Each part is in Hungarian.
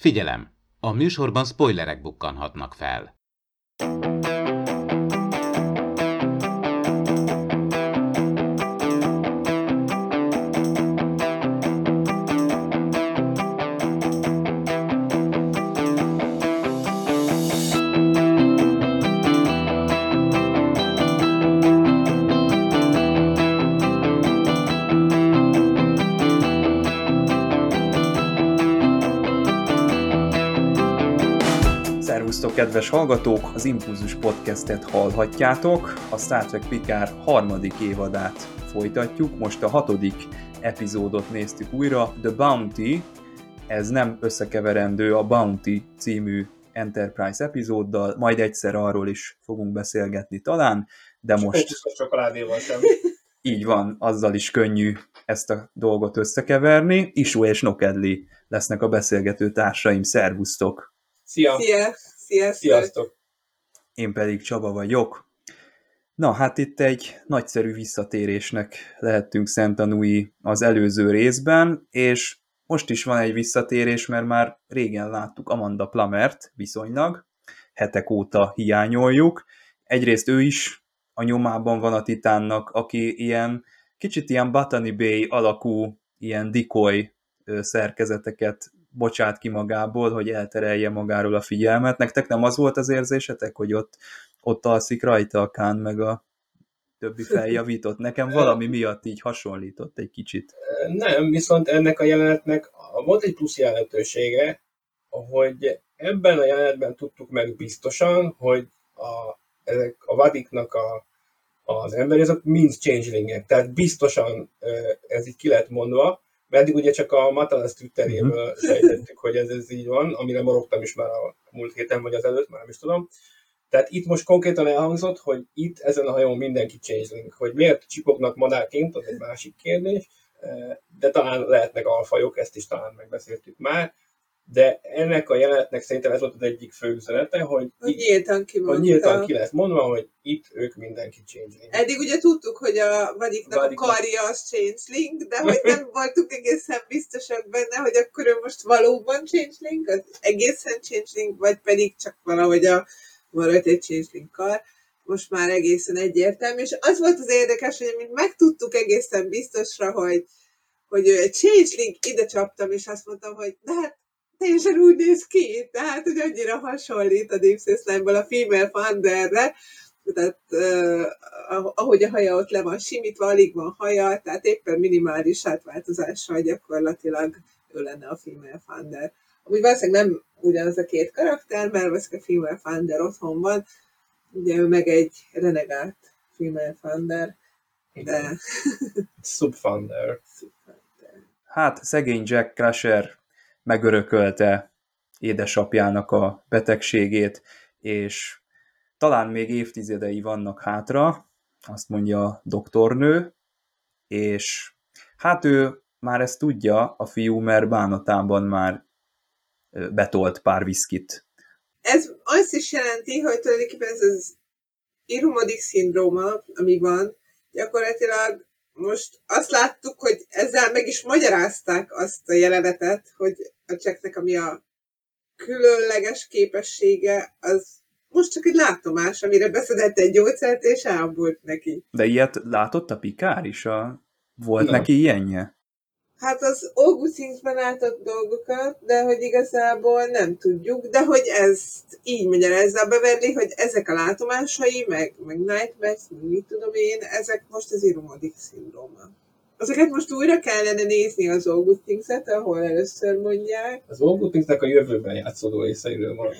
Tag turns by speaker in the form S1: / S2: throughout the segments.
S1: Figyelem! A műsorban spoilerek bukkanhatnak fel.
S2: Szervusztok, kedves hallgatók! Az Impulzus podcastet hallhatjátok. A Star Trek Picard harmadik évadát folytatjuk. Most a 6. epizódot néztük újra. The Bounty, ez nem összekeverendő a Bounty című Enterprise epizóddal, majd egyszer arról is fogunk beszélgetni talán, de most...
S3: Csokoládéval sem.
S2: Így van, azzal is könnyű ezt a dolgot összekeverni. Isu és Nokedli lesznek a beszélgető társaim. Szervusztok!
S3: Szia! Sziasztok!
S2: Én pedig Csaba vagyok. Na, hát itt egy nagyszerű visszatérésnek lehettünk szemtanúi az előző részben, és most is van egy visszatérés, mert már régen láttuk Amanda Plumert viszonylag, hetek óta hiányoljuk. Egyrészt ő is a nyomában van a Titánnak, aki kicsit ilyen Botany Bay alakú, ilyen decoy szerkezeteket bocsát ki magából, hogy elterelje magáról a figyelmet. Nektek nem az volt az érzésetek, hogy ott alszik rajta a Khan, meg a többi feljavított? Nekem valami miatt így hasonlított egy kicsit.
S3: Nem, viszont ennek a jelenetnek volt egy plusz jelentősége, hogy ebben a jelenetben tudtuk meg biztosan, hogy ezek a vadiknak az emberi, azok mind changelingek. Tehát biztosan ez így ki lett mondva, mert eddig ugye csak a Matalas Twitteréből sejtettük, hogy ez így van, amire morogtam is már a múlt héten, vagy az előtt, már nem is tudom. Tehát itt most konkrétan elhangzott, hogy itt ezen a hajón mindenki changeling. Hogy miért csipognak madárként, az egy másik kérdés, de talán lehetnek alfajok, ezt is talán megbeszéltük már. De ennek a jelenetnek szerintem ez volt az egyik fő üzenete, hogy nyíltan ki lesz mondva, hogy itt ők mindenki changeling.
S4: Eddig ugye tudtuk, hogy a vadiknak a karja az changeling, de hogy nem voltunk egészen biztosak benne, hogy akkor ő most valóban changeling, az egészen changeling, vagy pedig csak valahogy maradt egy changeling kar. Most már egészen egyértelmű, és az volt az érdekes, hogy amint megtudtuk egészen biztosra, hogy ő egy changeling, ide csaptam, és azt mondtam, hogy de hát teljesen úgy néz ki, tehát hogy annyira hasonlít a Deep Space Nine-ból a Female Founderre, tehát ahogy a haja ott le van simítva, alig van haja, tehát éppen minimális átváltozással gyakorlatilag ő lenne a Female Founder. Amúgy valószínűleg nem ugyanaz a két karakter, mert valószínűleg a Female Founder otthon van, ugye ő meg egy renegált Female Founder, de...
S3: Subfounder.
S2: Hát szegény Jack Crusher megörökölte édesapjának a betegségét, és talán még évtizedei vannak hátra, azt mondja a doktornő, és hát ő már ezt tudja, a fiú, mert bánatában már betolt pár viszkit.
S4: Ez azt is jelenti, hogy tulajdonképpen ez az Irumodic szindróma, ami van, gyakorlatilag most azt láttuk, hogy ezzel meg is magyarázták azt a jelenetet, hogy a Jacknek, ami a különleges képessége, az most csak egy látomás, amire beszedett egy gyógyszert, és elmúlt neki.
S2: De ilyet látott a Picard is? Volt neki ilyenje?
S4: Hát az Augustine-ben látott dolgokat, de hogy igazából nem tudjuk, de hogy ezt így magyarázza a Beverly, hogy ezek a látomásai, meg Nightmares, mit tudom én, ezek most az Irumodic szindróma. Azokat most újra kellene nézni az Augustine-et, ahol először mondják.
S3: Az Augustine-nek a jövőben játszódó részeiről van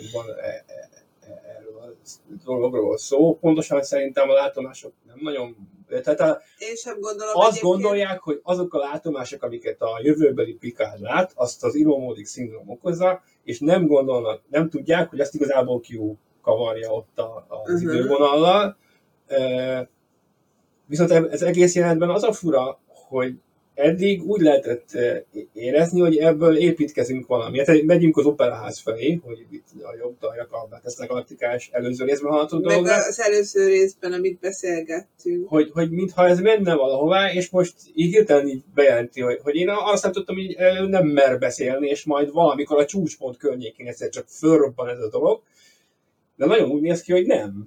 S3: erről a dologról szó. Pontosan szerintem a látomások nem nagyon... Tehát
S4: én sem gondolom,
S3: azt gondolják, hogy azok a látomások, amiket a jövőbeli Picard lát, azt az Irumodic szindróm okozza, és nem tudják, hogy azt igazából Q kavarja ott az idővonallal. Viszont ez egész jelentben az a fura, hogy eddig úgy lehetett érezni, hogy ebből építkezünk valamit. Hát megyünk az operaház felé, hogy itt a jobb daljak tesznek galaktikás előző részben hallható dolgok.
S4: Meg az előző részben, amit beszélgettünk.
S3: Hogy mintha ez menne valahová, és most így hirtelen így bejelenti, hogy én azt nem tudtam, hogy nem mer beszélni, és majd valamikor a csúcspont környékén egyszer csak fölrobban ez a dolog. De nagyon úgy néz ki, hogy nem.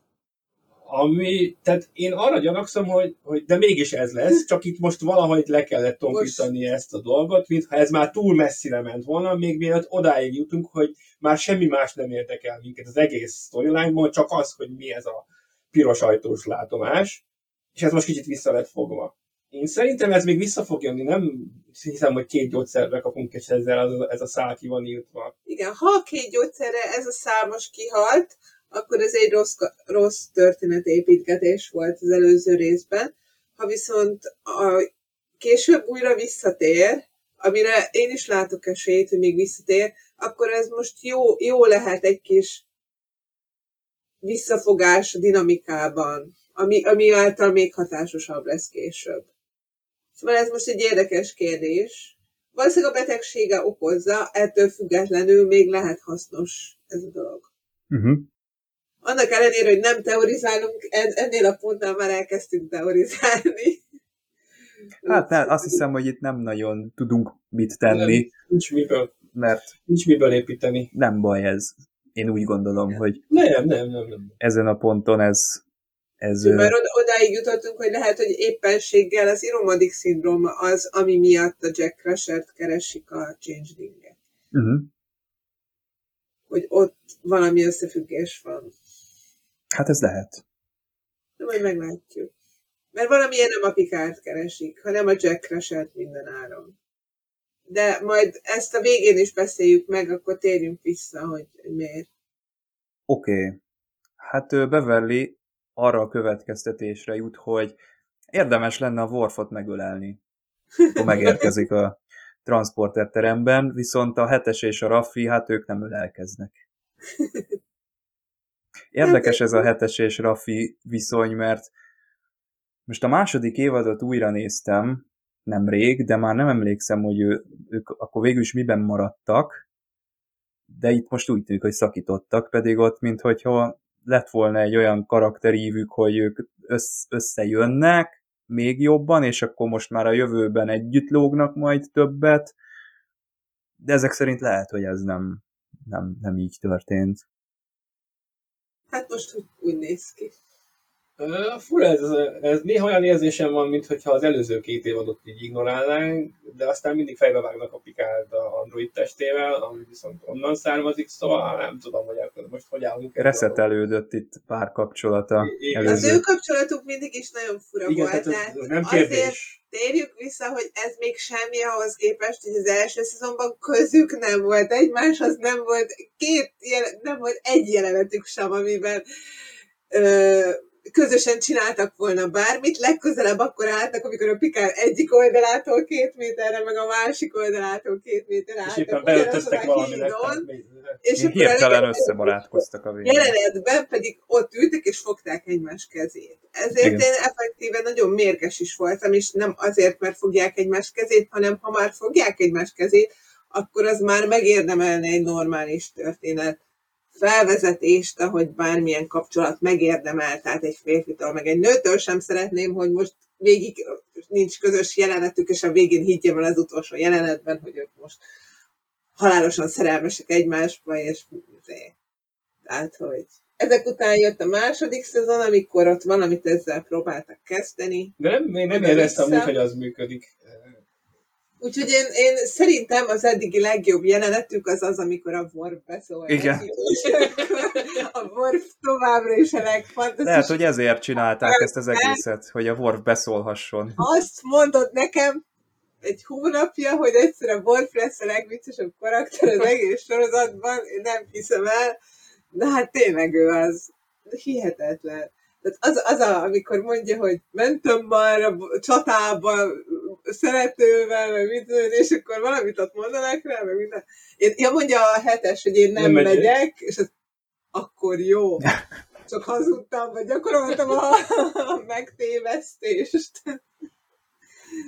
S3: Tehát én arra gyanakszom, hogy de mégis ez lesz, csak itt most valahogy le kellett tompítani ezt a dolgot, mintha ez már túl messzire ment volna, még mielőtt odáig jutunk, hogy már semmi más nem érdekel minket az egész storyline-ból, csak az, hogy mi ez a piros ajtós látomás, és ez most kicsit vissza lett fogva. Én szerintem ez még vissza fog jönni, nem hiszem, hogy 2 gyógyszerbe kapunk, és ezzel ez a szál ki van írtva.
S4: Igen, ha a 2 gyógyszerre ez a szál most kihalt, akkor ez egy rossz történetépítgetés volt az előző részben. Ha viszont később újra visszatér, amire én is látok esélyt, hogy még visszatér, akkor ez most jó lehet egy kis visszafogás a dinamikában, ami által még hatásosabb lesz később. Szóval ez most egy érdekes kérdés. Valószínűleg a betegsége okozza, ettől függetlenül még lehet hasznos ez a dolog.
S2: Uh-huh.
S4: Annak ellenére, hogy nem teorizálunk, ennél a pontnál már elkezdtünk teorizálni.
S2: Hát azt hiszem, hogy itt nem nagyon tudunk mit tenni.
S3: Nincs miből.
S2: Mert
S3: nincs miből építeni.
S2: Nem baj ez. Én úgy gondolom, hogy
S3: nem.
S2: Ezen a ponton ez
S4: már odáig jutottunk, hogy lehet, hogy éppenséggel az Iromodic szindróma az, ami miatt a Jack Crusher-t keresik a Changeling-et.
S2: Uh-huh.
S4: Hogy ott valami összefüggés van.
S2: Hát ez lehet.
S4: De majd meglátjuk. Mert valamilyen nem a Picardt keresik, hanem a Jack Crusher-t minden áron. De majd ezt a végén is beszéljük meg, akkor térjünk vissza, hogy miért.
S2: Oké. Hát Beverly arra a következtetésre jut, hogy érdemes lenne a Worfot megölelni. Akkor megérkezik a transporter teremben, viszont a Hetes és a Raffi, hát ők nem ölelkeznek. Érdekes ez a Hetes és Raffi viszony, mert most a második évadot újra néztem, nemrég, de már nem emlékszem, hogy ők akkor végül is miben maradtak, de itt most úgy tűnik, hogy szakítottak, pedig ott, minthogyha lett volna egy olyan karakterívük, hogy ők összejönnek még jobban, és akkor most már a jövőben együtt lógnak majd többet, de ezek szerint lehet, hogy ez nem így történt.
S4: Hát most úgy néz ki.
S3: Fura, ez néha olyan érzésem van, mintha az előző 2 évadot így ignorálnánk, de aztán mindig fejbevágnak a Picard a android testével, ami viszont onnan származik, szóval nem tudom, hogy most hogy állunk.
S2: Reszetelődött itt pár kapcsolata.
S4: Az ő kapcsolatuk mindig is nagyon fura
S3: igen,
S4: volt.
S3: Tehát ez nem kérdés.
S4: Azért térjük vissza, hogy ez még semmi ahhoz képest, hogy az első szezonban közük nem volt egymás, az nem volt nem volt egy jelenetük sem, amiben közösen csináltak volna bármit, legközelebb akkor álltak, amikor a Picard egyik oldalától 2 méterre, meg a másik oldalától 2 méterre álltak.
S3: És éppen beöltöztek valaminek.
S4: És
S2: hirtelen összebarátkoztak a végén.
S4: Jelenetben pedig ott ültek és fogták egymás kezét. Ezért igen. Én effektíven nagyon mérges is voltam, és nem azért, mert fogják egymás kezét, hanem ha már fogják egymás kezét, akkor az már megérdemelne egy normális történet felvezetést, ahogy bármilyen kapcsolat megérdemel, tehát egy férfitől, meg egy nőtől sem szeretném, hogy most végig nincs közös jelenetük, és a végén higgyem el az utolsó jelenetben, hogy ők most halálosan szerelmesek egymásba, és tehát, hogy ezek után jött a második szezon, amikor ott valamit ezzel próbáltak kezdeni.
S3: De nem éreztem úgy, hogy az működik.
S4: Úgyhogy én szerintem az eddigi legjobb jelenetük az, amikor a Worf beszól.
S2: Igen.
S4: A Worf továbbra is a legfantasztikusabb.
S2: Lehet, hogy ezért csinálták ezt az egészet, hogy a Worf beszólhasson.
S4: Azt mondod nekem egy hónapja, hogy egyszer a Worf lesz a legviccesebb karakter az egész sorozatban, én nem hiszem el, de hát tényleg ő az hihetetlen. Tehát amikor mondja, hogy mentem már a csatába szeretővel, meg mit, és akkor valamit ott mondanak rá, meg minden. Mondja a Hetes, hogy én nem megyek, és az, akkor jó. Csak hazudtam, vagy gyakoroltam a megtévesztést.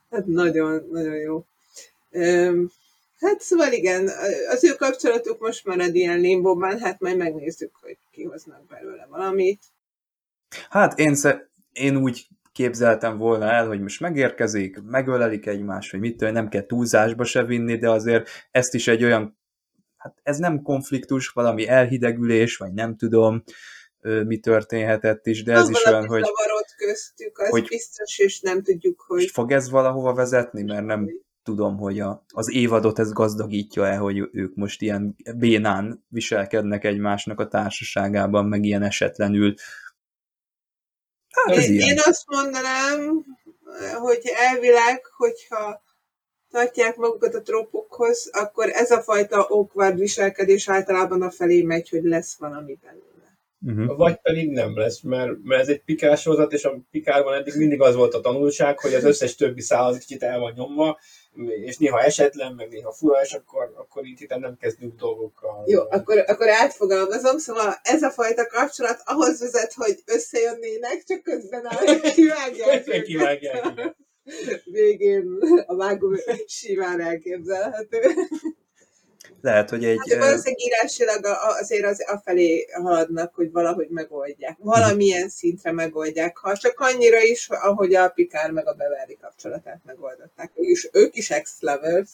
S4: Tehát nagyon, nagyon jó. Hát szóval igen, az ő kapcsolatuk most marad ilyen limbóban, hát majd megnézzük, hogy kihoznak belőle valamit.
S2: Hát én úgy képzeltem volna el, hogy most megérkezik, megölelik egymást, vagy mit tudom, nem kell túlzásba se vinni, de azért ezt is egy olyan, hát ez nem konfliktus, valami elhidegülés, vagy nem tudom, mi történhetett is, de ez is olyan, hogy
S4: zavarott köztük, az
S2: hogy
S4: biztos, és nem tudjuk, hogy
S2: fog ez valahova vezetni, mert nem tudom, hogy az évadot ez gazdagítja-e, hogy ők most ilyen bénán viselkednek egymásnak a társaságában, meg ilyen esetlenül. Hát ez ilyen.
S4: Én azt mondanám, hogy elvileg, hogyha tartják magukat a trópokhoz, akkor ez a fajta awkward viselkedés általában afelé megy, hogy lesz valami belőle.
S3: Vagy pedig nem lesz, mert ez egy Picard sorozat, és a Picardban eddig mindig az volt a tanulság, hogy az összes többi szál kicsit el van nyomva, és néha esetlen, meg néha fura, és akkor így itt nem kezdünk dolgokkal.
S4: Jó, akkor átfogalmazom, szóval ez a fajta kapcsolat ahhoz vezet, hogy összejönnének, csak közben kivágják. Végén a vágó simán elképzelhető.
S2: Lehet, hogy egy...
S4: Hát valószínűleg írásilag azért afelé haladnak, hogy valahogy megoldják. Valamilyen szintre megoldják, ha csak annyira is, ahogy a Picard meg a Beverly kapcsolatát megoldották. Ők is ex-lovers.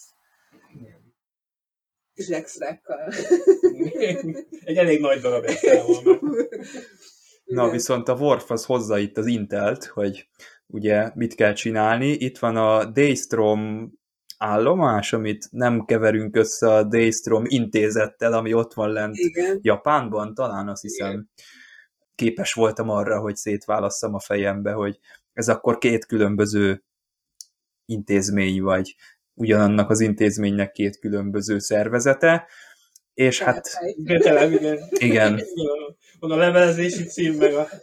S4: És ex-rekkal.
S3: Egy elég nagy darab ex-ával.
S2: Na, viszont a Worf az hozza itt az intelt, hogy ugye mit kell csinálni. Itt van a Daystrom állomás, amit nem keverünk össze a Daystrom intézettel, ami ott van lent Japánban, talán azt hiszem. Igen. Képes voltam arra, hogy szétválasszam a fejembe, hogy ez akkor két különböző intézmény, vagy ugyanannak az intézménynek két különböző szervezete, és hát... Igen.
S3: Van a levelezési cím, meg a...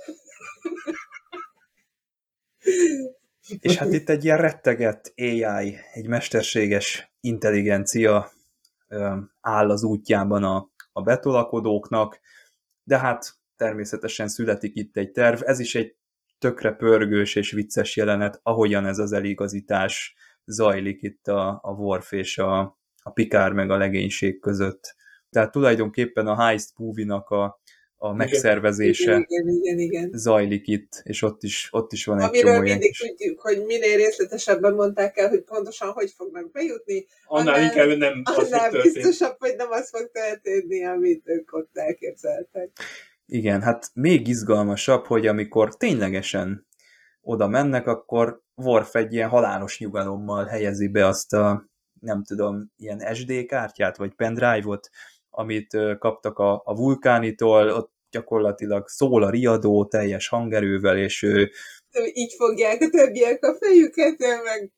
S2: És hát itt egy ilyen rettegett AI, egy mesterséges intelligencia áll az útjában a betolakodóknak, de hát természetesen születik itt egy terv. Ez is egy tökre pörgős és vicces jelenet, ahogyan ez az eligazítás zajlik itt a Worf és a Picard meg a legénység között. Tehát tulajdonképpen a heist movie-nak a megszervezése
S4: igen.
S2: zajlik itt, és ott is van egy
S4: amiről
S2: csomó
S4: mindig tudjuk, hogy minél részletesebben mondták el, hogy pontosan hogy fognak bejutni,
S3: annál inkább nem az fog történni.
S4: Biztosabb, hogy nem az fog történni, amit ők ott elképzeltek.
S2: Igen, hát még izgalmasabb, hogy amikor ténylegesen oda mennek, akkor Worf egy ilyen halálos nyugalommal helyezi be azt a, nem tudom, ilyen SD kártyát, vagy pendrive-ot, amit kaptak a vulkánitól, ott gyakorlatilag szól a riadó teljes hangerővel, és ő...
S4: Így fogják a többiek a fejüket, meg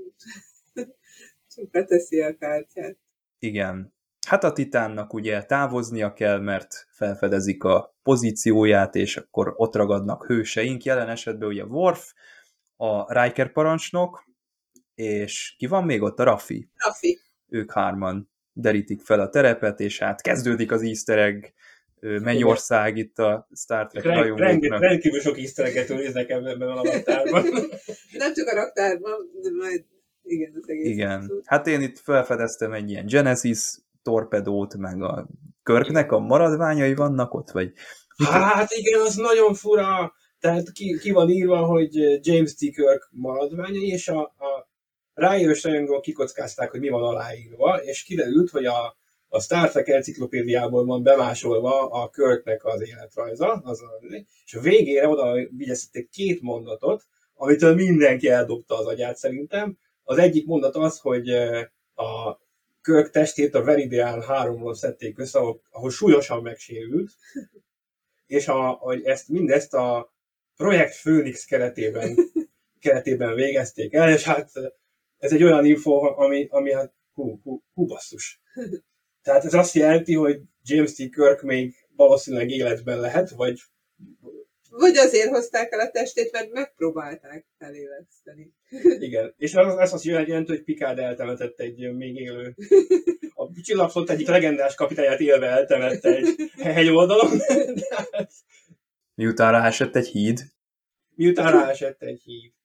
S4: csak beteszi a kártyát.
S2: Igen. Hát a Titánnak ugye távoznia kell, mert felfedezik a pozícióját, és akkor ott ragadnak hőseink, jelen esetben ugye Worf, a Riker parancsnok, és ki van még ott? A Raffi. Ők hárman derítik fel a terepet, és hát kezdődik az easter egg mennyország itt a Star Trek rajongóknak.
S3: Rendkívül sok easter egget néznek ebben a raktárban.
S4: Nem csak a raktárban, de majd igen, az egész.
S2: Igen. Hát én itt felfedeztem egy ilyen Genesis torpedót, meg a Kirknek a maradványai vannak ott, vagy...
S3: Hát igen, az nagyon fura. Tehát ki van írva, hogy James T. Kirk maradványai, és a rájövős rajongók kikockázták, hogy mi van aláírva, és kiderült, hogy a Star Trek enciklopédiából van bemásolva a Kirknek az életrajza, és a végére oda vigyeztették két mondatot, amitől mindenki eldobta az agyát szerintem. Az egyik mondat az, hogy a Kirk testét a Veridian 3-ról szedték össze, ahol súlyosan megsérült, és hogy mindezt a Projekt Phoenix keretében végezték el, és hát ez egy olyan info, ami hát hú basszus. Tehát ez azt jelenti, hogy James T. Kirk még valószínűleg életben lehet, vagy
S4: azért hozták el a testét, mert megpróbálták feléleszteni.
S3: Igen, és ez azt jelenti, hogy Picard eltemetett egy még élő. A Csillagflott egyik legendás kapitányát élve eltemette egy hegyoldalon.
S2: Miután ráesett egy híd.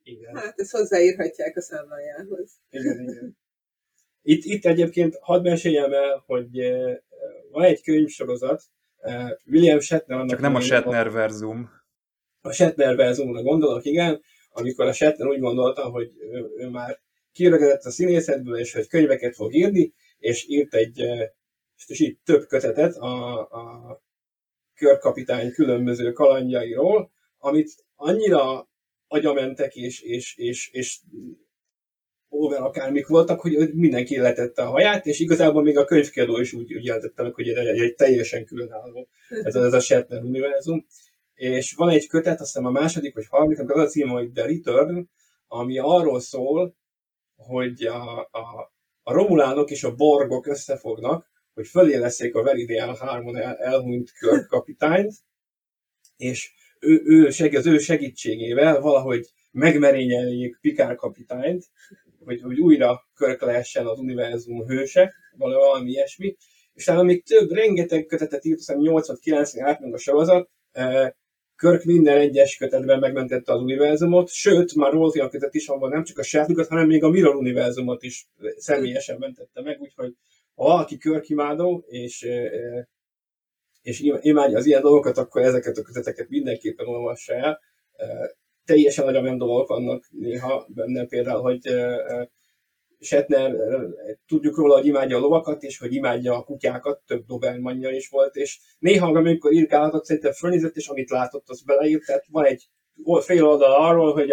S3: Igen.
S4: Hát ezt hozzáírhatják a számlájához.
S3: Igen. Itt egyébként hadd meséljem el, hogy van egy könyvsorozat, William Shatner annak
S2: Csak nem a
S3: idején
S2: Shatner verzum.
S3: a Shatner verzumra gondolok, igen, amikor a Shatner úgy gondolta, hogy ő már kiöregedett a színészetből, és hogy könyveket fog írni, és írt és így több kötetet a Kirk különböző kalandjairól, amit annyira agyamentek és over akármik voltak, hogy mindenki letette a haját, és igazából még a könyvkiadó is úgy jelentette meg, hogy egy teljesen különálló ez a Shatner univerzum. És van egy kötet, azt hiszem a második vagy harmadik, az a címe, hogy The Return, ami arról szól, hogy a romulánok és a borgok összefognak, hogy föléleszék a Veridian 3-on elhunyt Kirk kapitányt, és az ő segítségével valahogy megmerényeljék Picard kapitányt, hogy újra Kirk lehessen az univerzum hőse, valami ilyesmi. És talán még több, rengeteg kötetet írt, azt hiszem 8-9-ig átment a sorozat, Kirk minden egyes kötetben megmentette az univerzumot, sőt, már volt olyan kötet is, ahol nem csak a Shatner, hanem még a Mirror univerzumot is személyesen mentette meg, úgyhogy ha valaki Kirk imádó, és imádja az ilyen dolgokat, akkor ezeket a köteteket mindenképpen olvassa el. Teljesen nagyon nem dolgok vannak néha benne, például, hogy Shatner, tudjuk róla, hogy imádja a lovakat, és hogy imádja a kutyákat, több dobermanja is volt, és néha, amikor írkálatot szerintem fölnézett, és amit látott, az beleírt, tehát van egy fél oldal arról, hogy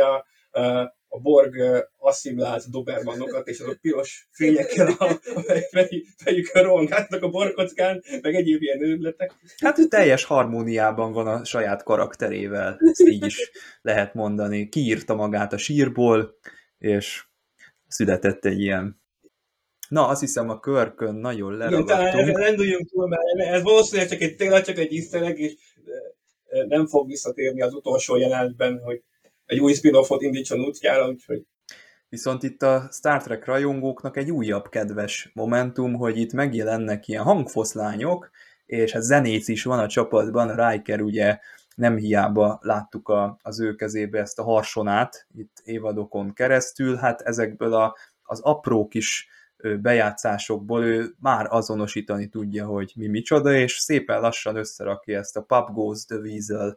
S3: a Borg asszimilált dobermanokat, és azok piros fényekkel a fejükön rohangáltak a borkockán, meg egyéb ilyen őrületek.
S2: Hát teljes harmóniában van a saját karakterével, ezt így is lehet mondani. Kiírta magát a sírból, és született egy ilyen. Na, azt hiszem a Kirkön nagyon leragadtunk.
S3: Igen, talán renduljunk túl, mert ez valószínűleg csak egy easter egg, és nem fog visszatérni az utolsó jelenetben, hogy egy új spin-offot indítson útjára, úgyhogy...
S2: Viszont itt a Star Trek rajongóknak egy újabb kedves momentum, hogy itt megjelennek ilyen hangfoszlányok, és hát zenész is van a csapatban, Riker ugye nem hiába láttuk az ő kezébe ezt a harsonát itt évadokon keresztül, hát ezekből az apró kis bejátszásokból ő már azonosítani tudja, hogy mi micsoda, és szépen lassan összerakja ezt a Pop Goes the Weasel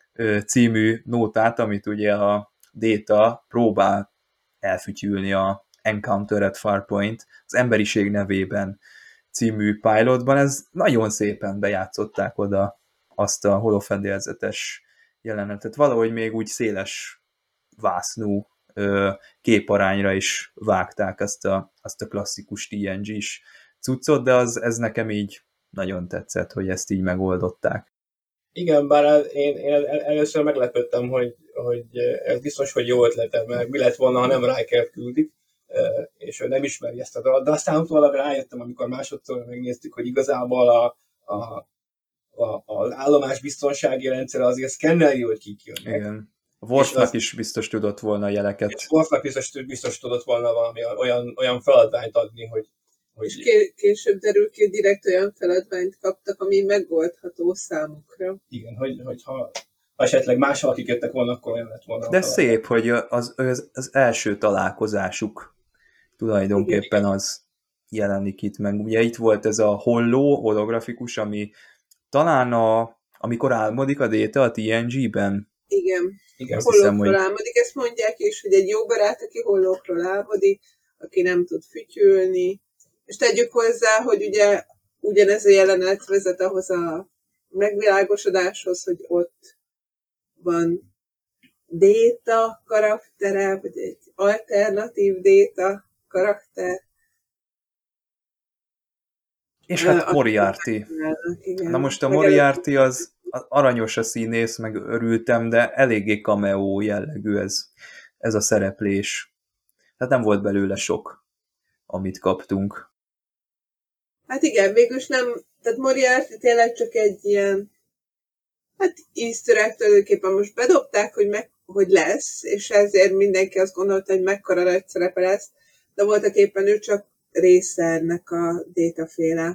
S2: című nótát, amit ugye a Data próbál elfütyülni a Encounter at Farpoint, az emberiség nevében című pilotban. Ez nagyon szépen bejátszották oda azt a holofedélzetes jelenetet. Valahogy még úgy széles vásznú képarányra is vágták azt a klasszikus TNG-s cuccot, de ez nekem így nagyon tetszett, hogy ezt így megoldották.
S3: Igen, bár én először meglepődtem, hogy ez biztos, hogy jó ötletem, mert mi lett volna, ha nem Riker küldik, és ő nem ismeri ezt a dolgot. De aztán utólag rájöttem, amikor másodszor megnéztük, hogy igazából az állomás biztonsági rendszer azért szkenneli, hogy kik jönnek.
S2: Igen. A Worfnak is biztos tudott volna jeleket.
S3: És Worfnak biztos tudott volna valami olyan feladványt adni, hogy
S4: és később derül ki, hogy direkt olyan feladványt kaptak, ami megoldható számukra.
S3: Igen, hogyha esetleg más valakik jöttek volna, akkor olyan lett volna.
S2: De szép, hogy az első találkozásuk tulajdonképpen az jelenik itt meg. Ugye itt volt ez a holografikus, ami talán amikor álmodik a Data a TNG-ben.
S4: Igen.
S2: Azt hiszem, hogy
S4: álmodik, ezt mondják is, hogy egy jó barát, aki hollókról álmodik, aki nem tud fütyülni. És tegyük hozzá, hogy ugye ugyanez a jelenet vezet ahhoz a megvilágosodáshoz, hogy ott van Data karaktere, vagy egy alternatív Data karakter.
S2: És hát Moriarty.
S4: Igen.
S2: Na most a Moriarty az aranyos a színész, meg örültem, de eléggé cameo jellegű ez a szereplés. Tehát nem volt belőle sok, amit kaptunk.
S4: Hát igen, végülis nem, tehát Moriarty tényleg csak egy ilyen, hát easter egg tulajdonképpen most bedobták, hogy lesz, és ezért mindenki azt gondolta, hogy mekkora nagy szerepe lesz, de voltak éppen ő csak része ennek a Data-féle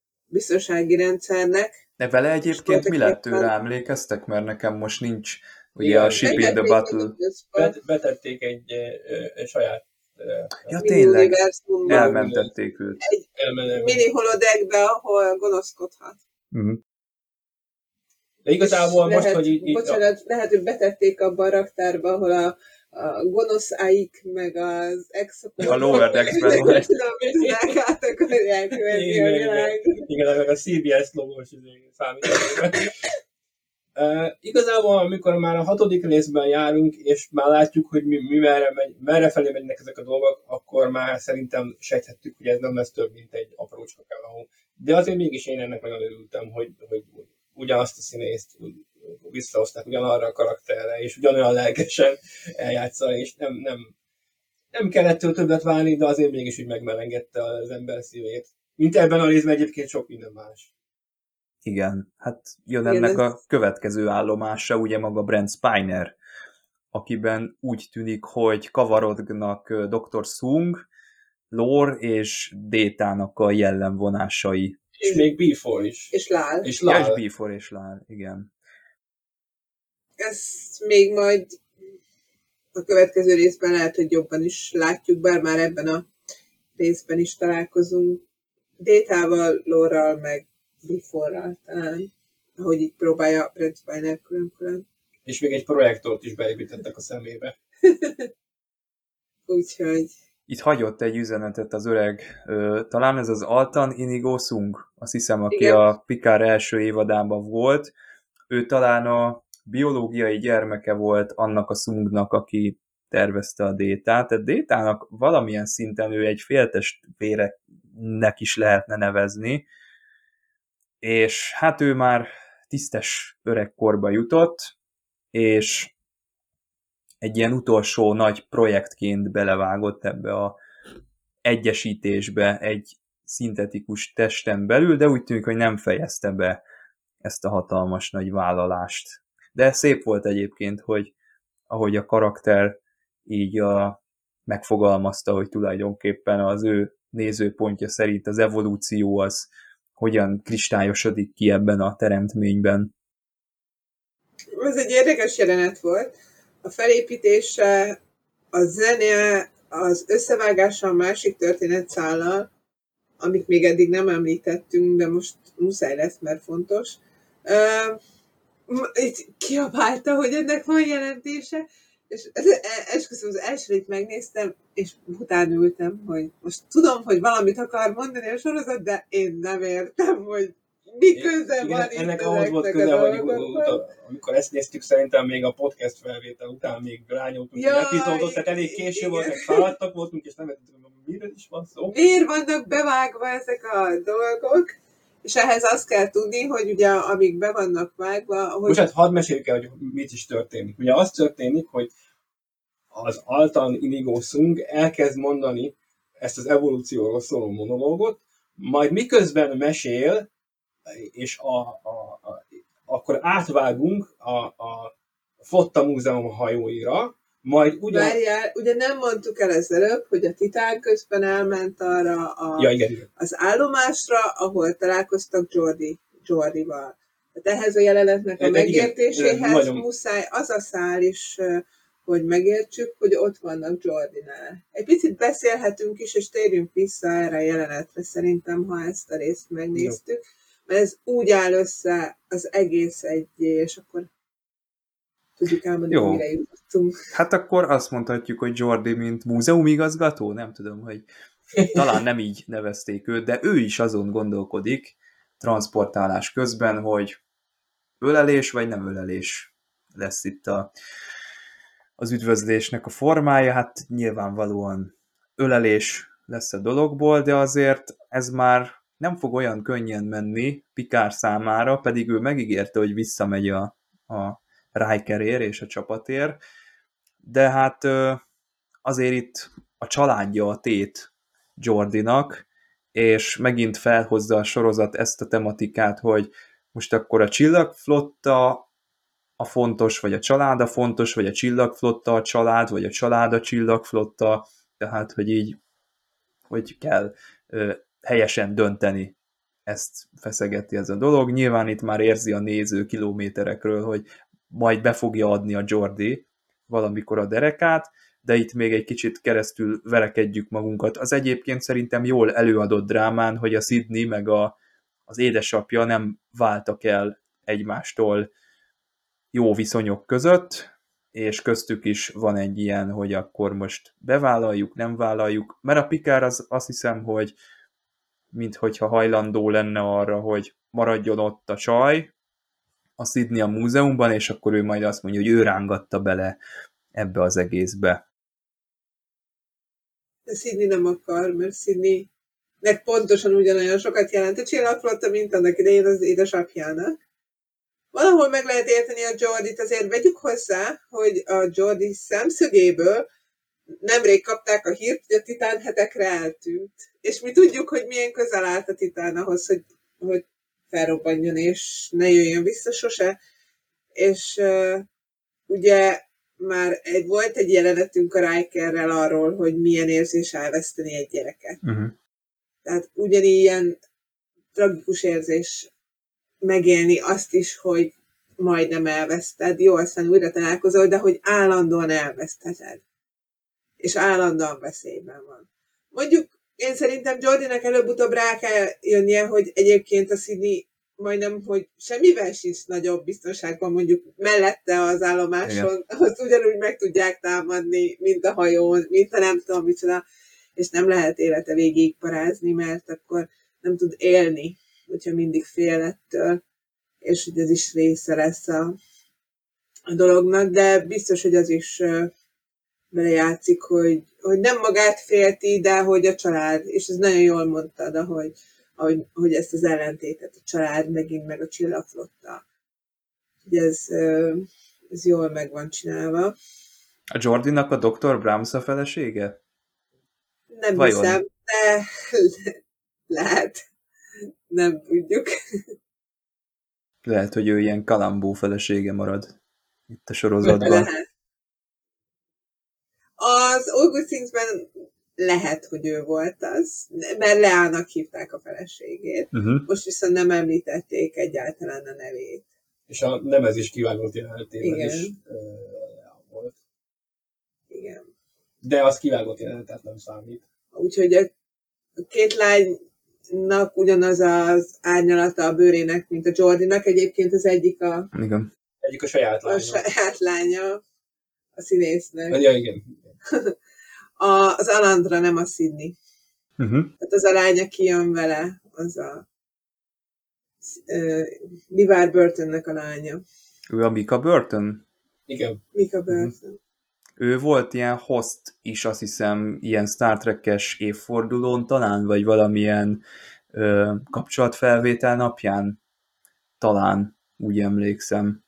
S4: biztonsági rendszernek.
S2: De vele egyébként mi lett tőle, emlékeztek? Mert nekem most nincs Ugye
S3: Igen,
S2: a Ship in the Battle.
S3: betették egy saját
S2: Ja,
S4: mini
S2: tényleg,
S4: univerzumban,
S2: elmentették őt.
S4: egy
S3: elmenelmet.
S4: mini holodeckbe, ahol gonoszkodhat.
S2: Uh-huh.
S3: De igazából
S4: És
S3: most,
S4: lehet,
S3: hogy így
S4: bocsánat, lehet, hogy betették abba a raktárba, ahol a gonosz Aik, meg az exokok.
S2: A Lower Decks-ben volt.
S4: Különbözőnek át akarják venni a világ.
S3: Igen, meg a CBS logós számítógép. Igazából, amikor már a 6. részben járunk, és már látjuk, hogy mi merre felé mennek ezek a dolgok, akkor már szerintem sejthettük, hogy ez nem lesz több, mint egy aprócska kálaó. De azért mégis én ennek nagyon örültem, hogy ugyanazt a színészt visszahozták ugyanarra a karakterre, és ugyanolyan lelkesen eljátsza, és nem kellett többet várni, de azért mégis úgy megmelengedte az ember szívét. Mint ebben a részben egyébként sok minden más.
S2: Igen, hát jön
S4: Igen,
S2: ennek a következő állomása, ugye maga Brent Spiner, akiben úgy tűnik, hogy kavarodgnak Dr. Sung, Lore és Détának a jellemvonásai.
S3: És még Before is.
S4: És Lál.
S3: És
S2: Ja, és
S3: Lál.
S2: Before és Lál, igen.
S4: Ezt még majd a következő részben lehet, hogy jobban is látjuk, bár már ebben a részben is találkozunk Détával, Lore-ral, meg Before-ral talán, ahogy így próbálja Brent Spiner külön-külön.
S3: És még egy projektort is beépítettek a szemébe.
S4: Úgyhogy...
S2: Itt hagyott egy üzenetet az öreg, talán ez az Altan Inigo Sung, azt hiszem, aki
S4: Igen.
S2: a Picard első évadában volt. Ő talán a biológiai gyermeke volt annak a Sungnak, aki tervezte a Détát. Tehát Détának valamilyen szinten ő egy féltestvéreknek is lehetne nevezni, és hát ő már tisztes öregkorba jutott, és egy ilyen utolsó nagy projektként belevágott ebbe a egyesítésbe egy szintetikus testen belül, de úgy tűnik, hogy nem fejezte be ezt a hatalmas nagy vállalást. De szép volt egyébként, hogy ahogy a karakter így megfogalmazta, hogy tulajdonképpen az ő nézőpontja szerint az evolúció az hogyan kristályosodik ki ebben a teremtményben.
S4: Ez egy érdekes jelenet volt. A felépítése, a zene, az összevágása a másik történetszállal, amit még eddig nem említettünk, de most muszáj lesz, mert fontos. Itt kiabálta, hogy ennek van jelentése, és esküszöm, az elsőt megnéztem, és utána ültem, hogy most tudom, hogy valamit akar mondani a sorozat, de én nem értem, hogy mi köze van itt
S3: ennek ahhoz volt köze, hogy amikor ezt néztük, szerintem még a podcast felvétel után még rányoltunk egy epizódot, tehát elég késő volt, meg fáradtak voltunk, és nem értettük, hogy mire is van szó.
S4: Miért vannak bevágva ezek a dolgok? És ehhez azt kell tudni, hogy ugye amíg be vannak vágva... Hogy...
S3: Most hát hadd meséljük el, hogy mit is történik. Ugye az történik, hogy az Altan Inigo Sung elkezd mondani ezt az evolúcióról szóló monológot, majd miközben mesél, és akkor átvágunk a Flotta Múzeum hajóira, majd
S4: Várjál, ugye nem mondtuk el ezelőtt, hogy a Titán közben elment arra
S3: igen.
S4: az állomásra, ahol találkoztak Geordival. Tehát ehhez a jelenetnek a megértéséhez muszáj az a szál is, hogy megértsük, hogy ott vannak Geordinál. Egy picit beszélhetünk is, és térjünk vissza erre a jelenetre szerintem, ha ezt a részt megnéztük. Jó. Mert ez úgy áll össze az egész egyé, és akkor tudjuk elmondani, mire jutottunk.
S2: Hát akkor azt mondhatjuk, hogy Geordi, mint múzeumigazgató, nem tudom, hogy talán nem így nevezték őt, de ő is azon gondolkodik transportálás közben, hogy ölelés vagy nem ölelés lesz itt az üdvözlésnek a formája. Hát nyilvánvalóan ölelés lesz a dologból, de azért ez már nem fog olyan könnyen menni Picard számára, pedig ő megígérte, hogy visszamegy a Rikerért és a csapatért, de hát azért itt a családja a tét Geordinak, és megint felhozza a sorozat ezt a tematikát, hogy most akkor a csillagflotta a fontos, vagy a család a fontos, vagy a csillagflotta a család, vagy a család a csillagflotta, tehát hogy így, hogy kell helyesen dönteni, ezt feszegeti ez a dolog. Nyilván itt már érzi a néző kilométerekről, hogy majd be fogja adni a Jordi valamikor a derekát, de itt még egy kicsit keresztül verekedjük magunkat. Az egyébként szerintem jól előadott drámán, hogy a Sydney meg az édesapja nem váltak el egymástól jó viszonyok között, és köztük is van egy ilyen, hogy akkor most bevállaljuk, nem vállaljuk, mert a Picard az azt hiszem, hogy minthogyha hajlandó lenne arra, hogy maradjon ott a csaj, a Sydney a múzeumban, és akkor ő majd azt mondja, hogy ő rángatta bele ebbe az egészbe.
S4: De Sydney nem akar, mert Sydneynek pontosan ugyanolyan sokat jelent a csillagflotta, mint annak idején az édesapjának. Valahol meg lehet érteni a Geordie-t, azért vegyük hozzá, hogy a Geordie szemszögéből nemrég kapták a hírt, hogy a Titán hetekre eltűnt. És mi tudjuk, hogy milyen közel állt a Titán ahhoz, hogy felrobbanjon, és ne jöjjön vissza sose. És ugye már volt egy jelenetünk a Rikerrel arról, hogy milyen érzés elveszteni egy gyereket. Tehát ugyanilyen tragikus érzés megélni azt is, hogy majdnem elveszted. Jó, aztán újra találkozol, de hogy állandóan elvesztheted. És állandóan veszélyben van. Mondjuk én szerintem Geordie-nek előbb-utóbb rá kell jönnie, hogy egyébként a Sydney majdnem, hogy semmivel sincs nagyobb biztonságban, mondjuk mellette az állomáson, azt ugyanúgy meg tudják támadni, mint a hajón, mint a nem tudom micsoda, és nem lehet élete végig parázni, mert akkor nem tud élni, hogyha mindig fél ettől, és hogy ez is része lesz a dolognak, de biztos, hogy az is belejátszik, hogy nem magát félti, de hogy a család, és ez nagyon jól mondtad, hogy ezt az ellentétet, a család megint meg a csillagflotta. Hogy ez jól meg van csinálva.
S2: A Geordie-nak a Dr. Brahms a felesége?
S4: Nem
S2: Vajon?
S4: hiszem, de lehet. Nem tudjuk.
S2: Lehet, hogy ő ilyen kalambó felesége marad itt a sorozatban.
S4: Lehet. Az Augustinsben lehet, hogy ő volt az, mert Leának hívták a feleségét. Most viszont nem említették egyáltalán a nevét.
S3: És a nemez is kivágott jelenetében is volt.
S4: Igen.
S3: De az kivágott jelenet, tehát nem számít.
S4: Úgyhogy a két lánynak ugyanaz az árnyalata a bőrének, mint a Geordie-nak. Egyébként az egyik
S2: Igen.
S3: Egyik a saját lánya.
S4: A saját lánya a színésznek.
S3: Ja, igen.
S4: Az Alandra, nem a Sydney. Tehát az a lány, aki jön vele, az a LeVar Burtonnek a lánya.
S2: Ő a Mika Burton?
S3: Igen.
S4: Mika Burton.
S2: Ő volt ilyen host is, azt hiszem, ilyen Star Trek-es évfordulón talán, vagy valamilyen kapcsolatfelvétel napján. Talán, úgy emlékszem.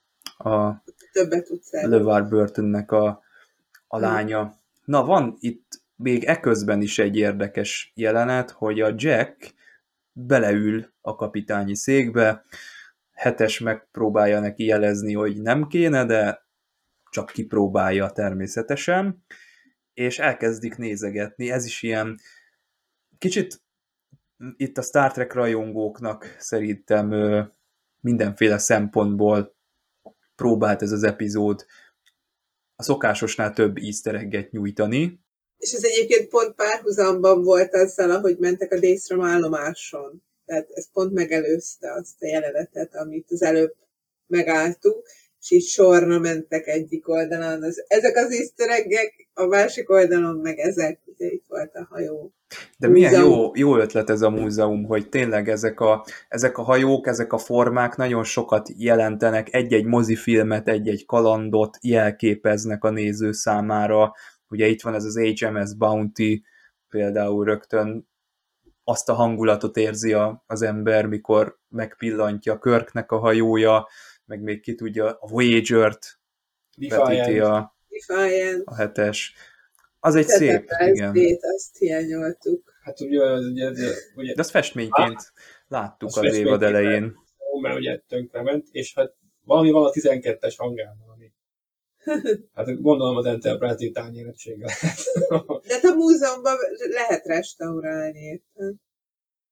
S4: Többet tudsz el.
S2: LeVar Burtonnek a lánya. Na, van itt még eközben is egy érdekes jelenet, hogy a Jack beleül a kapitányi székbe, Hetes megpróbálja neki jelezni, hogy nem kéne, de csak kipróbálja természetesen, és elkezdik nézegetni. Ez is ilyen kicsit itt a Star Trek rajongóknak szerintem mindenféle szempontból próbált ez az epizód a szokásosnál több easter egget nyújtani.
S4: És ez egyébként pont párhuzamban volt azzal, ahogy mentek a Daystrom állomáson. Tehát ez pont megelőzte azt a jelenetet, amit az előbb megálltunk, és így sorra mentek egyik oldalon. Ezek az easter eggek, a másik oldalon meg ezek, ugye itt volt a hajó.
S2: De milyen jó ötlet ez a múzeum, hogy tényleg ezek a hajók, ezek a formák nagyon sokat jelentenek, egy-egy mozifilmet, egy-egy kalandot jelképeznek a néző számára. Ugye itt van ez az HMS Bounty, például rögtön azt a hangulatot érzi az ember, mikor megpillantja Kirknek a hajója, meg még ki tudja, a Voyager-t vetíti a Hetes. Az egy szép, igen.
S4: Azt hiányoltuk.
S3: Hát ugye...
S2: De azt festményként láttuk az évad elején.
S3: Mert ugye tönkrement, és hát valami van a 12-es hangában, ami... Hát gondolom az Enterprise tányérettsége lehet.
S4: De hát a múzeumban lehet restaurálni.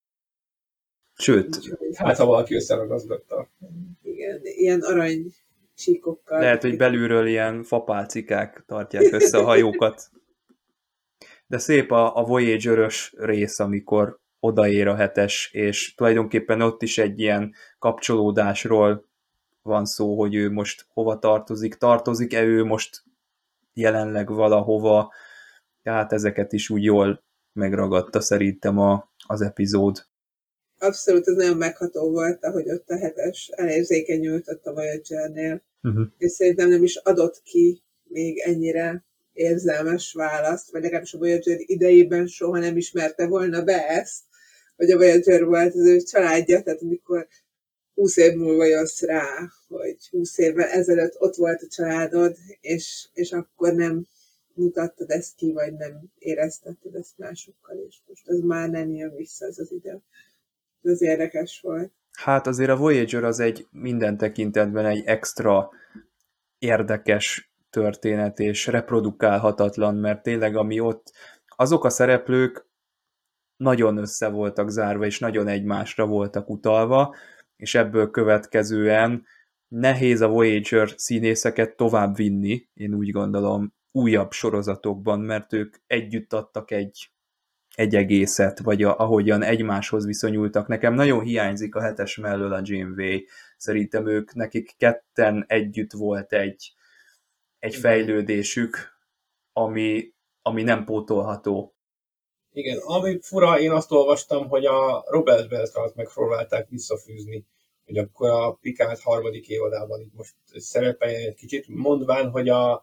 S2: Sőt.
S3: Hát ha valaki összeragazgatta.
S4: Igen, ilyen arany csíkokkal.
S2: Lehet, hogy belülről ilyen fapálcikák tartják össze a hajókat. De szép a Voyager-ös rész, amikor odaér a 7-es, és tulajdonképpen ott is egy ilyen kapcsolódásról van szó, hogy ő most hova tartozik-e ő most jelenleg valahova, tehát ezeket is úgy jól megragadta szerintem az epizód.
S4: Abszolút, ez nagyon megható volt, ahogy ott a 7-es elérzékenyült ott a Voyager-nél. És szerintem nem is adott ki még ennyire érzelmes választ, vagy legalábbis a Voyager idejében soha nem ismerte volna be ezt, hogy a Voyager volt az ő családja, tehát amikor 20 év múlva jössz rá, hogy 20 évvel ezelőtt ott volt a családod, és akkor nem mutattad ezt ki, vagy nem éreztetted ezt másokkal, és most az már nem jön vissza ez az idő. Ez érdekes volt.
S2: Hát azért a Voyager az egy minden tekintetben egy extra érdekes történet, és reprodukálhatatlan, mert tényleg ami ott, azok a szereplők nagyon össze voltak zárva, és nagyon egymásra voltak utalva, és ebből következően nehéz a Voyager színészeket tovább vinni, én úgy gondolom, újabb sorozatokban, mert ők együtt adtak egy egészet, vagy ahogyan egymáshoz viszonyultak. Nekem nagyon hiányzik a 7-es mellől a Janeway. Szerintem nekik ketten együtt volt egy fejlődésük, ami nem pótolható.
S3: Igen, ami fura, én azt olvastam, hogy a Robert Beltrant megpróbálták visszafűzni, hogy akkor a Picard harmadik évadában itt most szerepeljen egy kicsit, mondván, hogy a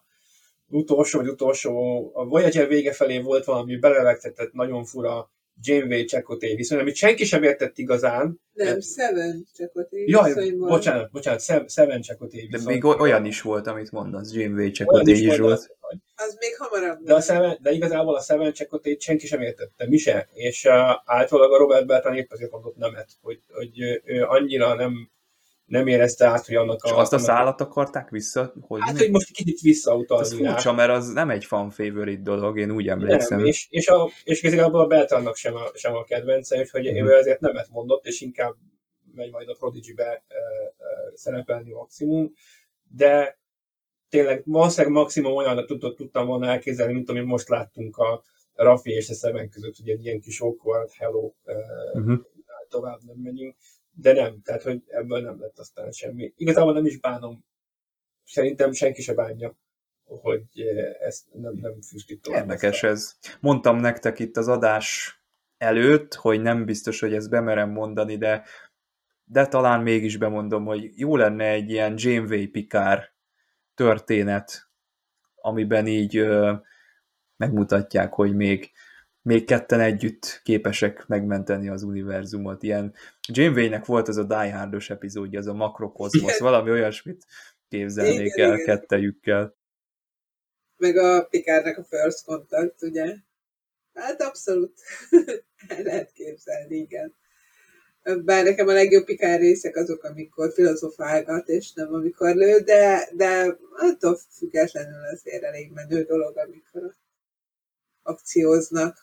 S3: Voyager vége felé volt valami belevegtetett, nagyon fura Janeway Chakotay viszony, amit senki sem értett igazán.
S4: Nem, Seven Chakotay
S3: viszonyban. Bocsánat, Seven Chakotay
S2: viszony. De még olyan is volt, amit mondasz, Janeway Chakotay is volt.
S4: Az még hamarabb.
S3: De igazából a Seven Chakotay senki sem értette, mi se. És általában a Robert Beltran épp azért mondott nemet, hogy ő annyira nem érezte át, hogy annak
S2: és azt a szállat akarták visszahozni?
S3: Hát, hogy most kicsit visszautalni.
S2: Ez furcsa, mert az nem egy fan favorite dolog, én úgy emlékszem.
S3: Nem, és igazából a Beltrannak sem a kedvence, úgyhogy ő ezért nemet mondott, és inkább megy majd a Prodigy-be szerepelni maximum, de tényleg valószínűleg maximum olyan tudtam volna elképzelni, mint amit most láttunk a Raffi és a Seven között, hogy egy ilyen kis awkward hello, tovább nem megyünk. De nem, tehát hogy ebből nem lett aztán semmi. Igazából nem is bánom. Szerintem senki se bánja, hogy ezt nem füstik tovább.
S2: Érdekes ez. Mondtam nektek itt az adás előtt, hogy nem biztos, hogy ezt bemerem mondani, de talán mégis bemondom, hogy jó lenne egy ilyen Janeway Picard történet, amiben így megmutatják, hogy még ketten együtt képesek megmenteni az univerzumot. Ilyen Janeway-nek volt az a Die Hard-os epizódja, az a Makrokozmosz, valami olyasmit képzelnék el kettejükkel.
S4: Meg a Picardnak a First Contact, ugye? Hát abszolút el lehet képzelni, igen. Bár nekem a legjobb Picard részek azok, amikor filozofálgat, és nem amikor lő, de attól függetlenül azért elég menő dolog, amikor akcióznak.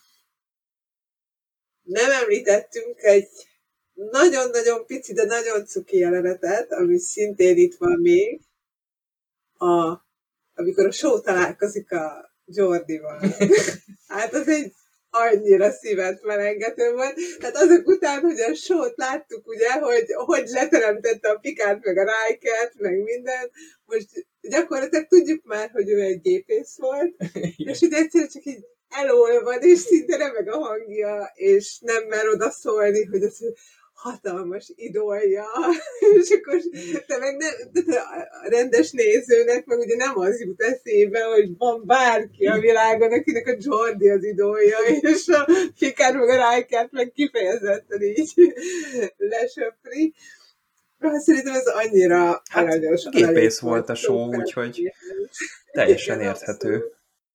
S4: Nem említettünk egy nagyon-nagyon pici, de nagyon cuki jelenetet, ami szintén itt van még, amikor a Shaw találkozik a Geordival. Hát az egy annyira szívet melengető volt. Tehát azok után, hogy a Shaw-t láttuk, ugye, hogy leteremtette a Picard meg a Rikert, meg minden, most gyakorlatilag tudjuk már, hogy ő egy gépész volt, és ugye egyszerűen csak így elolvad, és szinte remeg a hangja, és nem mer odaszólni, hogy az hatalmas idolja, és akkor de meg de a rendes nézőnek meg ugye nem az jut eszébe, hogy van bárki a világon, akinek a Geordi az idolja, és a Picard meg a Rikert meg kifejezetten így lesöpri. Szerintem ez annyira aranyos.
S2: Gépész volt a Shaw, úgyhogy teljesen érthető.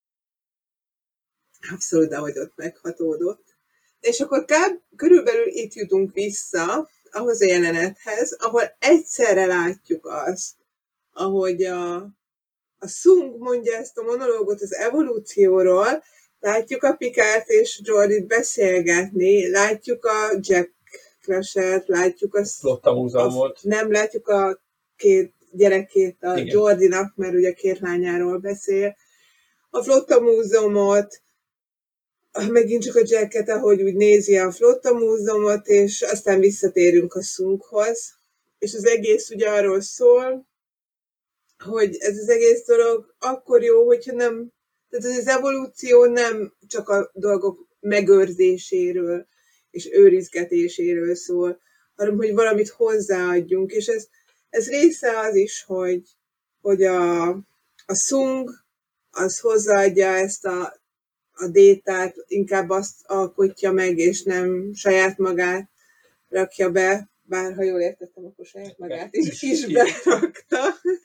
S4: Abszolút, ahogy ott meghatódott. És akkor körülbelül itt jutunk vissza ahhoz a jelenethez, ahol egyszerre látjuk azt, ahogy a Sung mondja ezt a monológot az evolúcióról, látjuk a Picardt és Geordi-t beszélgetni, látjuk a Jack Crusher-t, látjuk a...
S3: Flotta múzeumot.
S4: Nem látjuk a két gyerekét a
S3: Igen.
S4: Jordinak, mert ugye két lányáról beszél, a Flotta Múzeumot, megint csak a Jacket, ahogy úgy nézi a Flotta Múzeumot, és aztán visszatérünk a Sunghoz. És az egész ugye arról szól, hogy ez az egész dolog akkor jó, hogyha nem, tehát az evolúció nem csak a dolgok megőrzéséről és őrizgetéséről szól, hanem hogy valamit hozzáadjunk, és ez része az is, hogy a Sung az hozzáadja ezt a détát, inkább azt alkotja meg, és nem saját magát rakja be, bár ha jól értettem, akkor saját magát is berakta.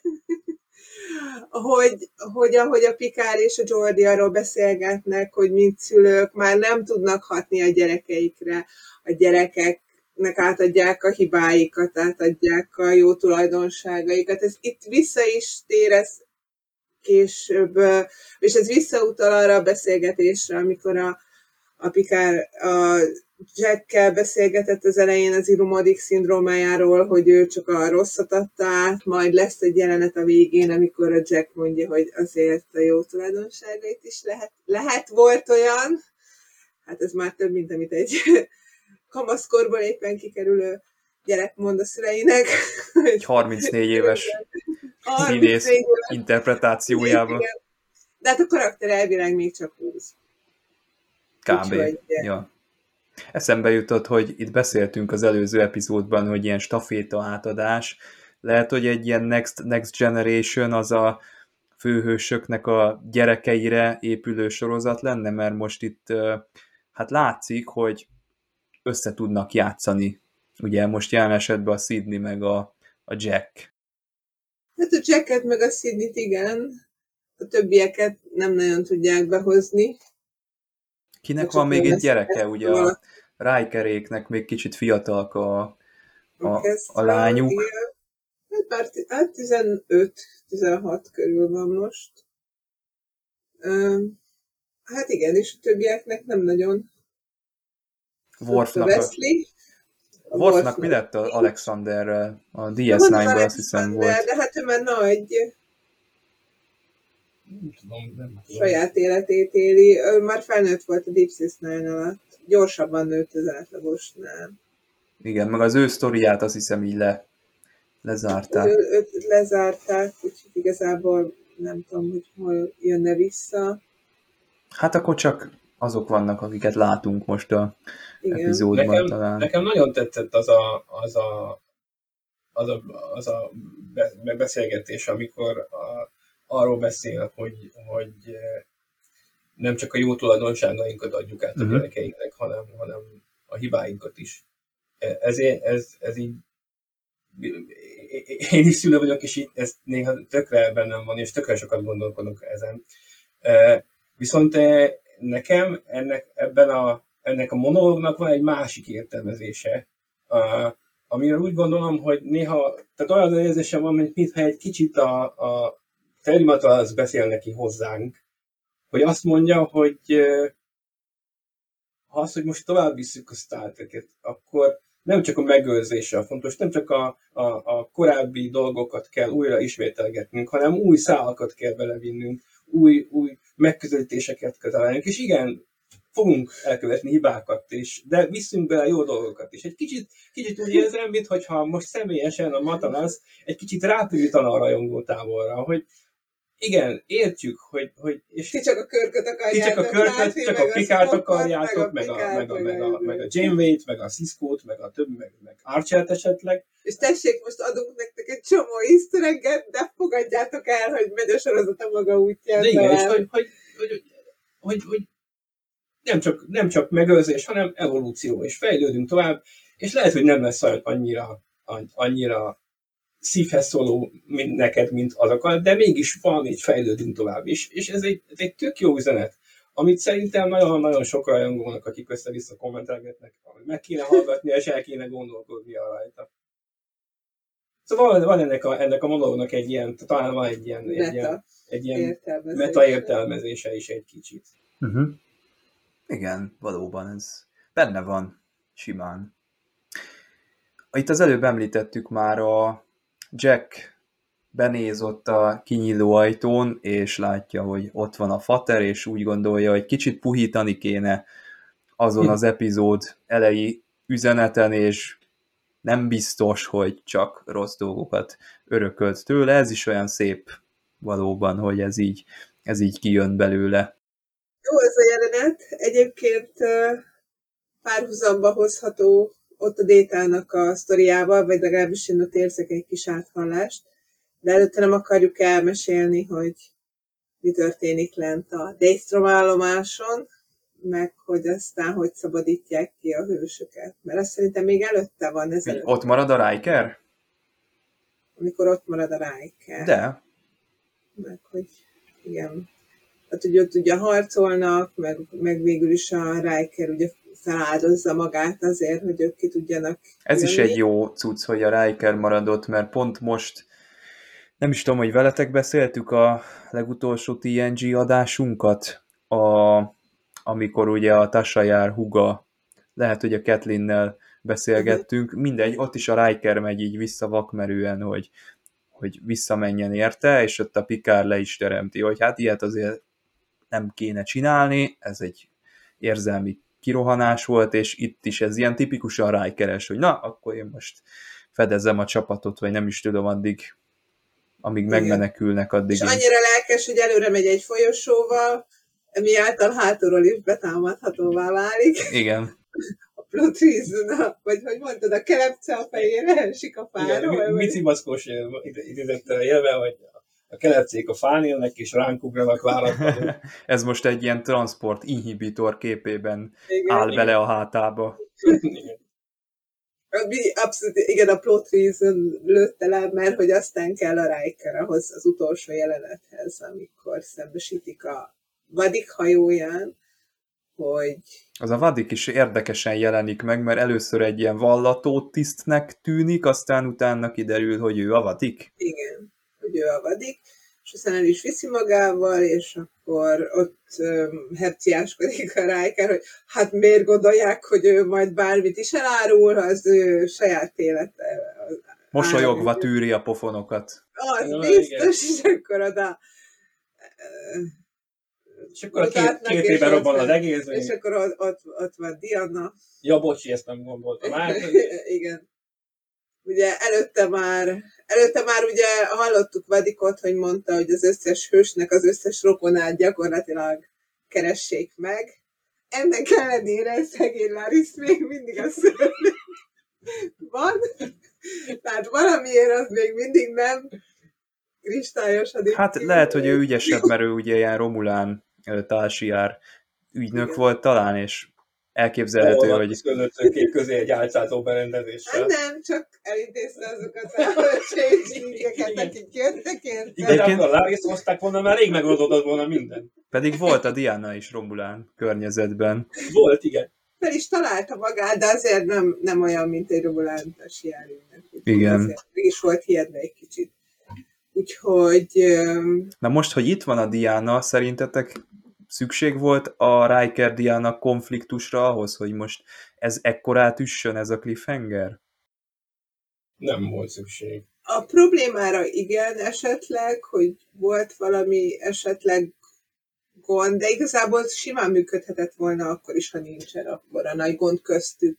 S4: hogy ahogy a Picard és a Geordi arról beszélgetnek, hogy mint szülők már nem tudnak hatni a gyerekeikre, a gyerekeknek átadják a hibáikat, átadják a jó tulajdonságaikat. Ez itt vissza is tér később, és ez visszautal arra a beszélgetésre, amikor a Picard a Jackkel beszélgetett az elején az Irumodic szindrómájáról, hogy ő csak a rosszat adta át, majd lesz egy jelenet a végén, amikor a Jack mondja, hogy azért a jó tulajdonságait is lehet volt olyan. Hát ez már több, mint amit egy kamaszkorból éppen kikerülő gyerek mond a szüleinek.
S2: Egy 34 éves színész interpretációjában.
S4: Igen. De hát a karakter elvileg még csak 20.
S2: Kb.
S4: Úgyhogy,
S2: ja. Eszembe jutott, hogy itt beszéltünk az előző epizódban, hogy ilyen staféta átadás. Lehet, hogy egy ilyen Next Generation az a főhősöknek a gyerekeire épülő sorozat lenne, mert most itt hát látszik, hogy össze tudnak játszani. Ugye most jelen esetben a Sydney meg a Jack.
S4: Hát a Jacket meg a Sydney-t igen, a többieket nem nagyon tudják behozni.
S2: Kinek van még egy gyereke, ugye a Rikeréknek még kicsit fiatalk a lányuk.
S4: Hát 15-16 körül van most. Hát igen, és a többieknek nem nagyon.
S2: Worfnak mi lett az Alexanderrel? A DS9-ben azt hiszem volt.
S4: De hát ő már nagy.
S3: Nem tudom.
S4: Saját életét éli. Ő már felnőtt volt a Deep Space Nine alatt. Gyorsabban nőtt az átlagosnál.
S2: Igen, meg az ő sztoriát azt hiszem így lezárták.
S4: Őt lezárták, úgyhogy igazából nem tudom, hogy hol jönne vissza.
S2: Hát akkor csak azok vannak, akiket látunk most a epizódban talán.
S3: Nekem nagyon tetszett az a beszélgetés, amikor arról beszél, hogy nem csak a jó tulajdonságainkat adjuk át a gyerekeinknek, hanem a hibáinkat is. Ez így én is szülő vagyok, és ez néha tökre bennem van, és tökre sokat gondolkodok ezen. Viszont nekem ennek a monológnak van egy másik értelmezése, amiről úgy gondolom, hogy néha, tehát olyan érzésem van, mintha egy kicsit a Terry az beszél neki hozzánk, hogy azt mondja, hogy ha azt, hogy most tovább visszük a Star Trek-et, akkor nem csak a megőrzése a fontos, nem csak a korábbi dolgokat kell újra ismételgetnünk, hanem új szálakat kell belevinnünk, új megközelítéseket kell találnunk, és igen, fogunk elkövetni hibákat is, de viszünk bele jó dolgokat is. Egy kicsit úgy érzem, mintha most személyesen a Matalas egy kicsit rápirítana a rajongó távolra, hogy igen, értjük, hogy és
S4: ti csak a körköt akarjátok,
S3: csak a Picard akarjátok, meg a Janeway-t, meg a Sisko-t, meg a többi, meg Archer-t esetleg.
S4: És tessék, most adunk nektek egy csomó easter egget, de fogadjátok el, hogy megy a sorozat a maga útján.
S3: De igen, és hogy nem csak megőrzés, hanem evolúció, és fejlődünk tovább, és lehet, hogy nem lesz annyira szívhez szóló neked, mint azokat, de mégis valamit fejlődünk tovább is. És ez egy tök jó üzenet, amit szerintem nagyon-nagyon sok rajongónak, akik össze-vissza kommentelgetnek, meg kéne hallgatni, és el kéne gondolkodni rajta. Szóval van ennek a monológnak egy ilyen, talán van egy ilyen meta értelmezése is egy kicsit.
S2: Igen, valóban ez benne van simán. Itt az előbb említettük már a Jack benéz ott a kinyíló ajtón, és látja, hogy ott van a fater, és úgy gondolja, hogy kicsit puhítani kéne azon az epizód elejé üzeneten, és nem biztos, hogy csak rossz dolgokat örökölt tőle. Ez is olyan szép valóban, hogy ez így kijön belőle.
S4: Jó ez a jelenet. Egyébként párhuzamba hozható ott a Détának a sztoriával, vagy legalábbis én ott érzek egy kis áthallást, de előtte nem akarjuk elmesélni, hogy mi történik lent a Daystrom állomáson, meg hogy aztán hogy szabadítják ki a hősöket. Mert azt szerintem még előtte van ez.
S2: Ott marad a Riker?
S4: Amikor ott marad a Riker.
S2: De.
S4: Meg hogy igen. Hát, hogy ott ugye harcolnak, meg végül is a Riker ugye feláldozza magát azért, hogy ők ki tudjanak
S2: Ez
S4: jönni.
S2: is egy jó cucc, hogy a Riker maradott, mert pont most nem is tudom, hogy veletek beszéltük a legutolsó TNG adásunkat, amikor ugye a Tasha Yar húga, lehet, hogy a Kathlyn-nel beszélgettünk, mindegy, ott is a Riker megy így vissza vakmerően, hogy visszamenjen érte, és ott a Picard le is teremti, hogy hát ilyet azért nem kéne csinálni, ez egy érzelmi kirohanás volt, és itt is ez ilyen tipikusan Rikeres, hogy na, akkor én most fedezem a csapatot, vagy nem is tudom, amíg megmenekülnek, addig.
S4: És annyira lelkes, hogy előre megy egy folyosóval, emiáltal hátulról is betámadhatóvá válik.
S2: Igen.
S4: A plot reason, vagy hogy mondtad, a kelepce a fejére esik a fáról.
S3: Igen, Mici Maszkos idézette élve, hogy a kelepcék a fán élnek, és ránk ugranak váratlanul.
S2: Ez most egy ilyen transport inhibitor képében áll bele a hátába.
S3: Igen.
S4: Abszolút, igen, a plot reason lőtte le, mert hogy aztán kell a Riker ahhoz az utolsó jelenethez, amikor szembesítik a Vadik hajóján, hogy...
S2: Az a Vadik is érdekesen jelenik meg, mert először egy ilyen vallató tisztnek tűnik, aztán utána kiderül, hogy ő a Vadik.
S4: Igen, hogy ő a Vadik, és aztán el is viszi magával, és akkor ott hepciáskodik a Riker, hogy hát miért gondolják, hogy ő majd bármit is elárul, az ő saját élete.
S2: Mosolyogva tűri a pofonokat.
S4: Az biztos, és akkor oda...
S3: És akkor két évben robban az egész.
S4: És akkor ott van Diana.
S3: Ja, bocsi, ezt nem gondoltam át.
S4: Igen. Ugye előtte már ugye hallottuk Vadikot, hogy mondta, hogy az összes hősnek az összes rokonát gyakorlatilag keressék meg. Ennek ellenére szegény Laris még mindig a szörny van. Tehát valamiért az még mindig nem kristályosodik.
S2: Hát lehet, hogy ő ügyesebb, mert ő ugye ilyen Romulán Talsiár ügynök volt talán, és elképzelhető, hogy...
S3: Szőlőtőkék közé egy álcázó berendezéssel.
S4: Hát nem, csak elintézte azokat a changing-eket, akik jöttek érte.
S3: Igazából a Laris hozták volna, már rég megoldódott volna minden.
S2: Pedig volt a Diana is Romulán környezetben.
S3: Volt, igen.
S4: Fel is találta magát, de azért nem olyan, mint egy Romulán Tashiárünknek.
S2: Igen.
S4: Meg is volt hiedve egy kicsit. Úgyhogy...
S2: Na most, hogy itt van a Diana, szerintetek szükség volt a Riker-Diana konfliktusra ahhoz, hogy most ez ekkorát üssön ez a cliffhanger?
S3: Nem volt szükség.
S4: A problémára igen, esetleg, hogy volt valami esetleg gond, de igazából simán működhetett volna akkor is, ha nincsen akkor a nagy gond köztük.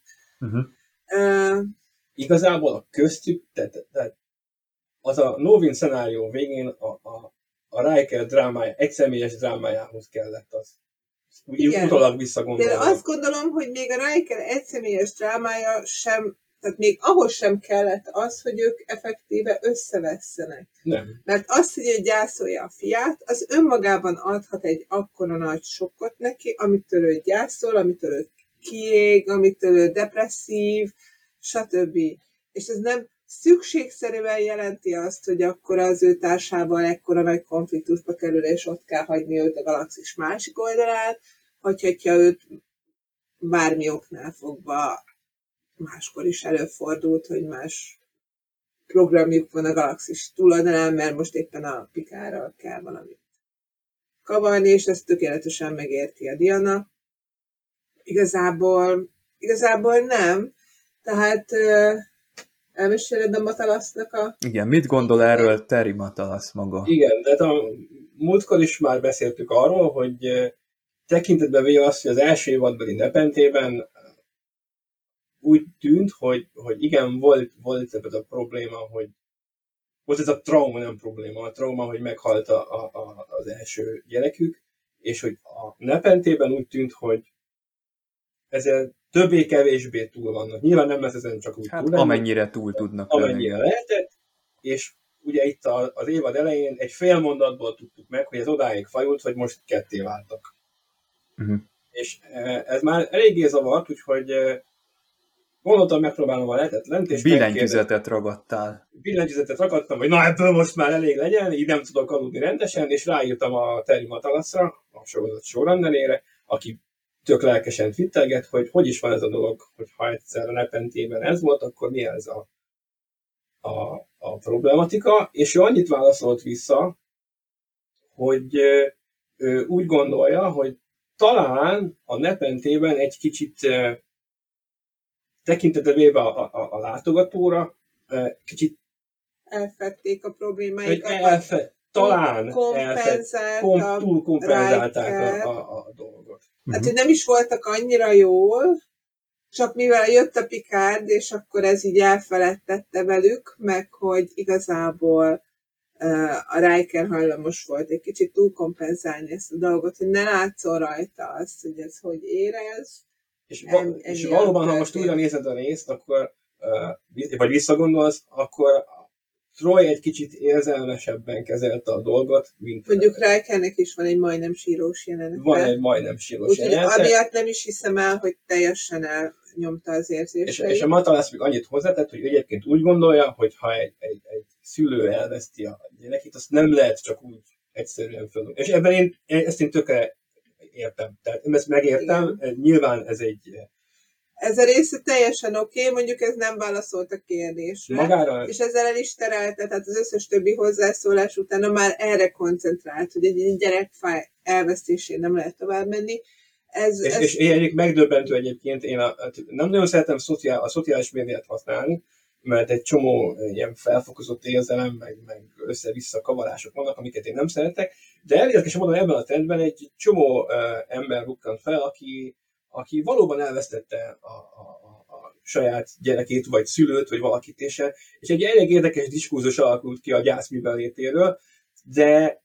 S3: Igazából a köztük, tehát az a Novin szenárió végén a Riker drámája, egyszemélyes drámájához kellett az. Úgy utólag visszagondolni.
S4: De azt gondolom, hogy még a Riker egyszemélyes drámája sem, tehát még ahhoz sem kellett az, hogy ők effektíve összevesszenek.
S3: Nem.
S4: Mert az, hogy ő gyászolja a fiát, az önmagában adhat egy akkora nagy sokkot neki, amitől ő gyászol, amitől ő kiég, amitől ő depresszív, stb. És ez nem szükségszerűen jelenti azt, hogy akkor az ő társával ekkora nagy konfliktusba kerül, és ott kell hagyni őt a galaxis másik oldalán, hogyha őt bármi oknál fogva máskor is előfordult, hogy más programjuk van a galaxis túloldalán, mert most éppen a Picardral kell valamit kavarni, és ezt tökéletesen megérti a Diana. Igazából nem. Tehát Elmeséled a Matalasznak a...
S2: Igen, mit gondol erről Terry Matalas maga?
S3: Igen, de hát a múltkor is már beszéltük arról, hogy tekintetben véve azt, hogy az első évadbeli Nepentében úgy tűnt, hogy igen, volt ez a probléma, hogy volt ez a trauma, nem probléma, a trauma, hogy meghalt az első gyerekük, és hogy a Nepentében úgy tűnt, hogy ezzel többé-kevésbé túl vannak. Nyilván nem lesz ezen csak úgy
S2: Hát
S3: túl lenni,
S2: amennyire túl tudnak
S3: amennyire lehetett, és ugye itt az évad elején egy fél mondatból tudtuk meg, hogy ez odáig fajult, hogy most ketté váltak.
S2: Uh-huh.
S3: És ez már eléggé zavart, úgyhogy gondoltam, megpróbálom a lehetetlent, és
S2: billentyűzetet ragadtál.
S3: Billentyűzetet ragadtam, hogy na ebből most már elég legyen, így nem tudok aludni rendesen, és ráírtam a Terry Matalasra, a sorozat showrunnerére, aki tök lelkesen twittelget, hogy is van ez a dolog, hogy ha egyszer a Nepentében ez volt, akkor mi ez a problematika, és ő annyit válaszolt vissza, hogy ő úgy gondolja, hogy talán a Nepentében egy kicsit tekintetbe véve a látogatóra, kicsit
S4: elfedték a problémáikat.
S3: Talán túlkompenzálták a dolgot.
S4: Hát, hogy nem is voltak annyira jól, csak mivel jött a Picard, és akkor ez így elfeledtette velük, meg hogy igazából a Riker hajlamos volt egy kicsit túlkompenzálni ezt a dolgot, hogy ne látszol rajta azt, hogy ez hogy érez.
S3: És valóban, ha most újra nézed a részt, akkor, vagy visszagondolsz, akkor Troy egy kicsit érzelmesebben kezelte a dolgot, mint...
S4: Mondjuk Rikernek is van egy majdnem sírós jelenet.
S3: Van egy majdnem sírós jelenet.
S4: Amiatt nem is hiszem el, hogy teljesen elnyomta az érzéseit.
S3: És a Matalas még annyit hozzátett, hogy egyébként úgy gondolja, hogy ha egy szülő elveszti a gyerekét, azt nem lehet csak úgy egyszerűen földolni. És ebben ezt én tökre értem. Tehát én ezt megértem, igen. Nyilván ez egy...
S4: Ez a része teljesen oké, mondjuk ez nem válaszolt a kérdésre.
S3: Magára...
S4: És ezzel el is terelte, tehát az összes többi hozzászólás utána már erre koncentrált, hogy egy gyerekfáj elvesztésén nem lehet tovább menni.
S3: És én megdöbbentő egyébként, én nem nagyon szeretem a szociális médiát használni, mert egy csomó ilyen felfokozott érzelem, meg össze-vissza kavarások vannak, amiket én nem szeretek, de érdekes módon ebben a trendben egy csomó ember bukkant fel, aki valóban elvesztette a saját gyerekét, vagy szülőt, vagy valakit, és egy elég érdekes diskurzus alakult ki a gyászművelétéről, de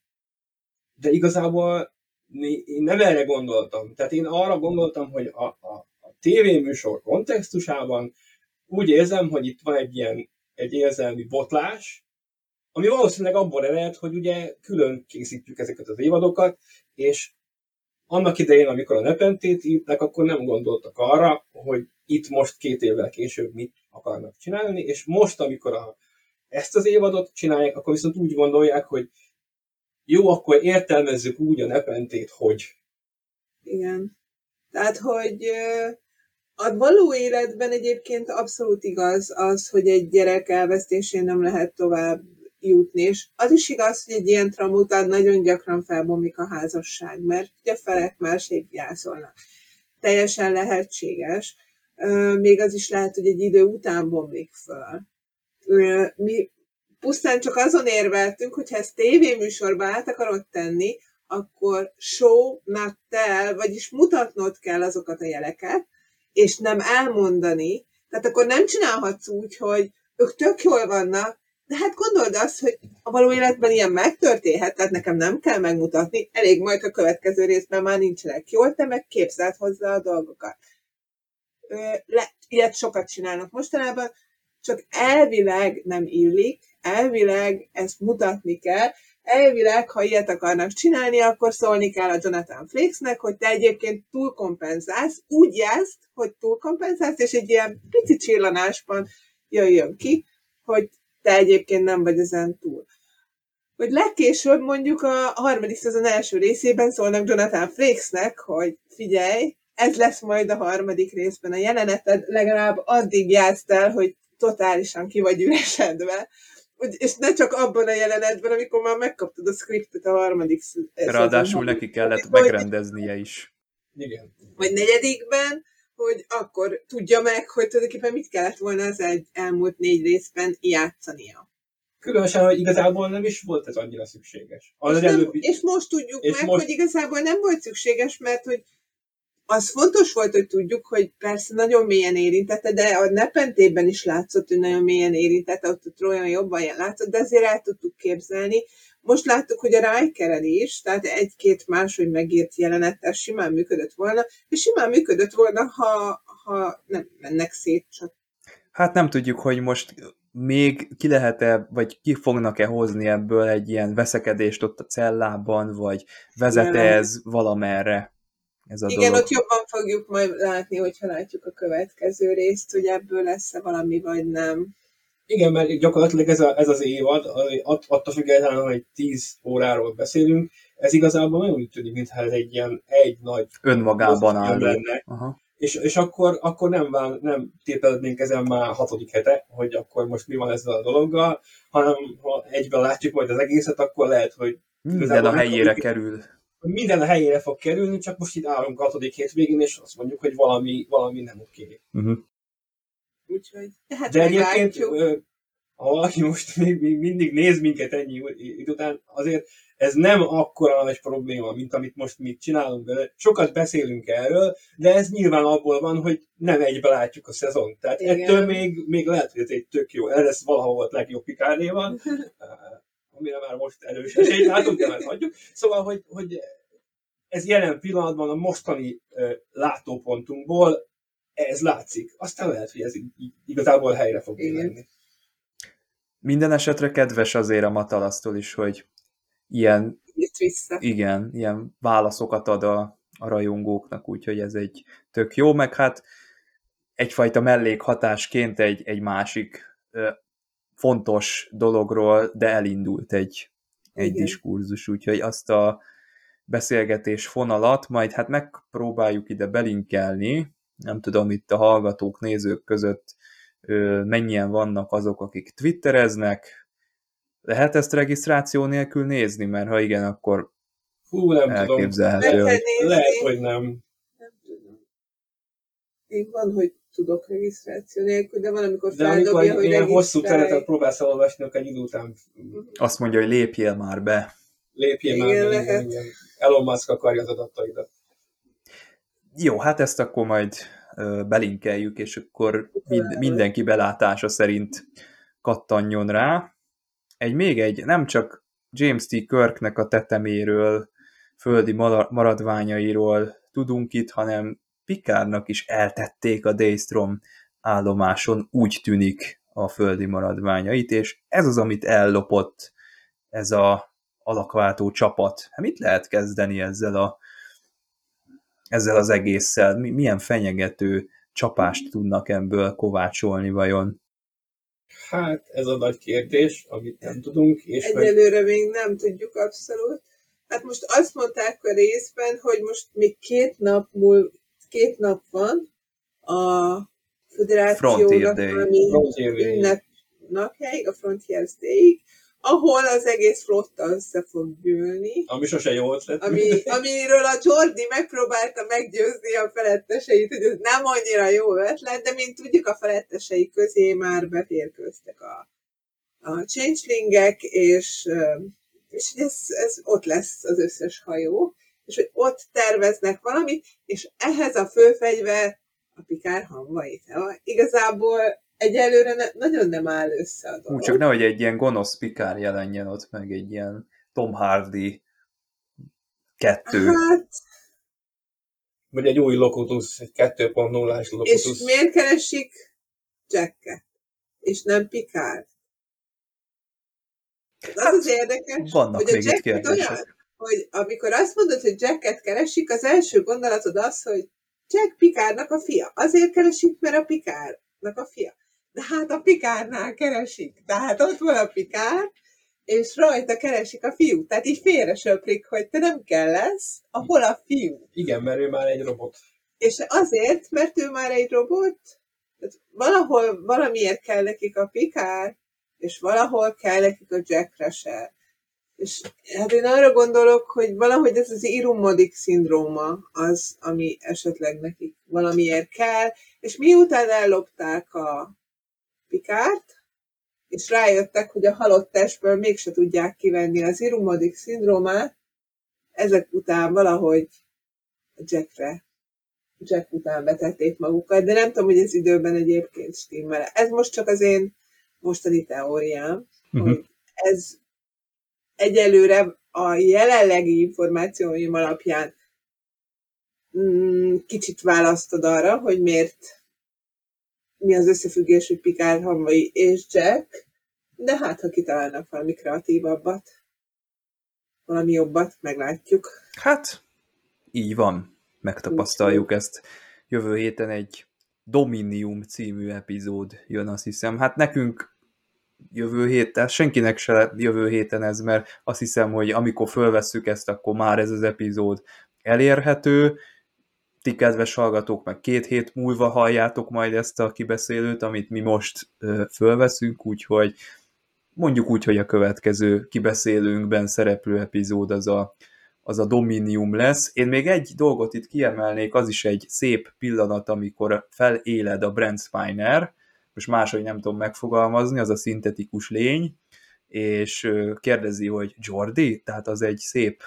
S3: igazából én nem erre gondoltam. Tehát én arra gondoltam, hogy a tévéműsor kontextusában úgy érzem, hogy itt van egy érzelmi botlás, ami valószínűleg abból ered, hogy ugye külön készítjük ezeket az évadokat, és annak idején, amikor a Nepentét írták, akkor nem gondoltak arra, hogy itt most 2 évvel később mit akarnak csinálni, és most, amikor ezt az évadot csinálják, akkor viszont úgy gondolják, hogy jó, akkor értelmezzük úgy a Nepentét, hogy...
S4: Igen. Tehát, hogy a való életben egyébként abszolút igaz az, hogy egy gyerek elvesztésén nem lehet tovább jutni, és az is igaz, hogy egy ilyen trauma után nagyon gyakran felbomlik a házasság, mert ugye a felek másképp gyászolnak. Teljesen lehetséges. Még az is lehet, hogy egy idő után bomlik föl. Mi pusztán csak azon érveltünk, hogy ha ezt tévéműsorba át akarod tenni, akkor show not tell, vagyis mutatnod kell azokat a jeleket, és nem elmondani. Tehát akkor nem csinálhatsz úgy, hogy ők tök jól vannak, de hát gondold azt, hogy a való életben ilyen megtörténhet, tehát nekem nem kell megmutatni, elég majd a következő részben már nincsenek jól, te meg képzeld hozzá a dolgokat. Ilyet sokat csinálnak mostanában, csak elvileg nem illik, elvileg ezt mutatni kell, elvileg, ha ilyet akarnak csinálni, akkor szólni kell a Jonathan Frakesnek, hogy te egyébként túlkompenzálsz, úgy jelzd, hogy túlkompenzálsz, és egy ilyen pici csillanásban jöjjön ki, hogy te egyébként nem vagy ezen túl. Hogy legkésőbb mondjuk a 3. szezon első részében szólnak Jonathan Frakesnek, hogy figyelj, ez lesz majd a 3. részben a jeleneted, legalább addig játszd el, hogy totálisan ki vagy üresedve. És ne csak abban a jelenetben, amikor már megkaptad a scriptet a 3.
S2: Ráadásul neki kellett megrendeznie is.
S3: Igen.
S4: Vagy 4. hogy akkor tudja meg, hogy tulajdonképpen mit kellett volna az elmúlt 4 részben játszania.
S3: Különösen, hogy igazából nem is volt ez annyira szükséges.
S4: És most tudjuk
S3: és
S4: meg,
S3: most...
S4: hogy igazából nem volt szükséges, mert hogy az fontos volt, hogy tudjuk, hogy persze nagyon mélyen érintette, de a Nepentében is látszott, hogy nagyon mélyen érintette, ott a Trojan jobban látszott, de azért el tudtuk képzelni. Most láttuk, hogy a Rikeren is, tehát 1-2 máshogy megírt jelenettel simán működött volna, és simán működött volna, ha nem mennek szét csak.
S2: Hát nem tudjuk, hogy most még ki lehet-e, vagy ki fognak-e hozni ebből egy ilyen veszekedést ott a cellában, vagy vezet-e ez valamerre ez a
S4: igen,
S2: dolog.
S4: ott jobban fogjuk majd látni, hogyha látjuk a következő részt, hogy ebből lesz-e valami, vagy nem.
S3: Igen, mert gyakorlatilag ez az évad, attól függetlenül, hogy 10 óráról beszélünk, ez igazából nagyon úgy tűnik, mintha ez egy ilyen nagy
S2: önmagában álló.
S3: lenne. És akkor nem tépelődnénk ezen már 6. hete, hogy akkor most mi van ezzel a dologgal, hanem ha egyben látjuk majd az egészet, akkor lehet, hogy
S2: minden a helyére kerül.
S3: Minden a helyére fog kerülni, csak most itt állunk a 6. hétvégén, és azt mondjuk, hogy valami nem oké.
S4: Úgyhogy,
S3: de egyébként, ha valaki most még mindig néz minket ennyi idő után, azért ez nem akkora nagy probléma, mint amit most mi csinálunk. Sokat beszélünk erről, de ez nyilván abból van, hogy nem egybe látjuk a szezont. Tehát igen. Ettől még lehet, hogy ez egy tök jó. Ez valahol volt legjobb Picardéban, amire már most erős esélyt látunk, de már hagyjuk. Szóval, hogy ez jelen pillanatban a mostani látópontunkból ez látszik. Aztán lehet, hogy ez igazából helyre fog lenni.
S2: Minden esetre kedves azért a Matalasztól is, hogy ilyen válaszokat ad a rajongóknak, úgyhogy ez egy tök jó, meg hát egyfajta mellékhatásként egy másik fontos dologról, de elindult egy diskurzus, úgyhogy azt a beszélgetés fonalat majd hát megpróbáljuk ide belinkelni, nem tudom itt a hallgatók, nézők között mennyien vannak azok, akik twittereznek. Lehet ezt regisztráció nélkül nézni? Mert ha igen, akkor
S3: nem
S2: elképzelhető.
S3: Tudom. Lehet, hogy nem.
S4: Nem tudom. Én van, hogy tudok regisztráció nélkül, de van, amikor feldobja, hogy
S3: ilyen hosszú teretet próbálsz elolvasni, akkor egy idő után...
S2: Azt mondja, hogy lépjél már be.
S3: Lépjél már be, igen. Elon Musk akarja az adataidat.
S2: Jó, hát ezt akkor majd belinkeljük, és akkor mindenki belátása szerint kattanjon rá. Még egy, nem csak James T. Kirknek a teteméről, földi maradványairól tudunk itt, hanem Picardnak is eltették a Daystrom állomáson, úgy tűnik, a földi maradványait, és ez az, amit ellopott ez a alakváltó csapat. Hát mit lehet kezdeni ezzel az egésszel? Milyen fenyegető csapást tudnak ebből kovácsolni vajon?
S3: Hát ez a nagy kérdés, amit nem tudunk. És
S4: egyelőre még nem tudjuk abszolút. Hát most azt mondták a részben, hogy most még 2 nap van a Föderációnak valami ünnepnapjáig, a Frontiers Day-ig, ahol az egész flotta össze fog gyűlni.
S3: Ami sose jó ötlet.
S4: Amiről a Jordi megpróbálta meggyőzni a feletteseit, hogy ez nem annyira jó ötlet, de mint tudjuk, a felettesei közé már beférkőztek a changelingek, és ez ott lesz az összes hajó, és hogy ott terveznek valamit, és ehhez a főfegyver a Picard hamvait. Igazából egyelőre nagyon nem áll össze a dolog.
S2: Csak nehogy egy ilyen gonosz Picard jelenjen ott, meg egy ilyen Tom Hardy 2.
S4: Hát...
S3: Vagy egy új Locutus, egy 2.0-ás Locutus.
S4: És miért keresik Jacket? És nem Picard? Az érdekes,
S2: vannak
S4: hogy a
S2: még itt
S4: Jacket olyan, hogy amikor azt mondod, hogy Jacket keresik, az első gondolatod az, hogy Jack Picardnak a fia. Azért keresik, mert a Picardnak a fia. De hát a Picardnál keresik. Tehát ott van a Picard, és rajta keresik a fiút. Tehát így félresöprik, hogy te nem kell lesz, hol a fiú.
S3: Igen, mert ő már egy robot.
S4: És azért, mert ő már egy robot, tehát valahol valamiért kell nekik a Picard, és valahol kell nekik a Jack Crusher. És hát én arra gondolok, hogy valahogy ez az Irumodic szindróma az, ami esetleg nekik valamiért kell, és miután ellopták a Pikárt, és rájöttek, hogy a halott testből mégse tudják kivenni az Irumodic szindrómát, ezek után valahogy Jack után vetették magukat, de nem tudom, hogy ez időben egyébként stimmel. Ez most csak az én mostani teóriám, hogy ez egyelőre a jelenlegi információim alapján kicsit választod arra, hogy mi az összefüggés, hogy Picard, Hanvai és Jack, de hát, ha kitalálnak valami kreatívabbat, valami jobbat, meglátjuk.
S2: Hát, így van. Megtapasztaljuk ezt. Jövő héten egy Dominium című epizód jön, azt hiszem. Hát nekünk jövő héten, senkinek se jövő héten ez, mert azt hiszem, hogy amikor fölvesszük ezt, akkor már ez az epizód elérhető. Ti kedves hallgatók, meg 2 hét múlva halljátok majd ezt a kibeszélőt, amit mi most fölveszünk, úgyhogy mondjuk úgy, hogy a következő kibeszélőnkben szereplő epizód az a Dominium lesz. Én még egy dolgot itt kiemelnék, az is egy szép pillanat, amikor feléled a Brent Spiner, most máshogy nem tudom megfogalmazni, az a szintetikus lény, és kérdezi, hogy Geordi? Tehát az egy szép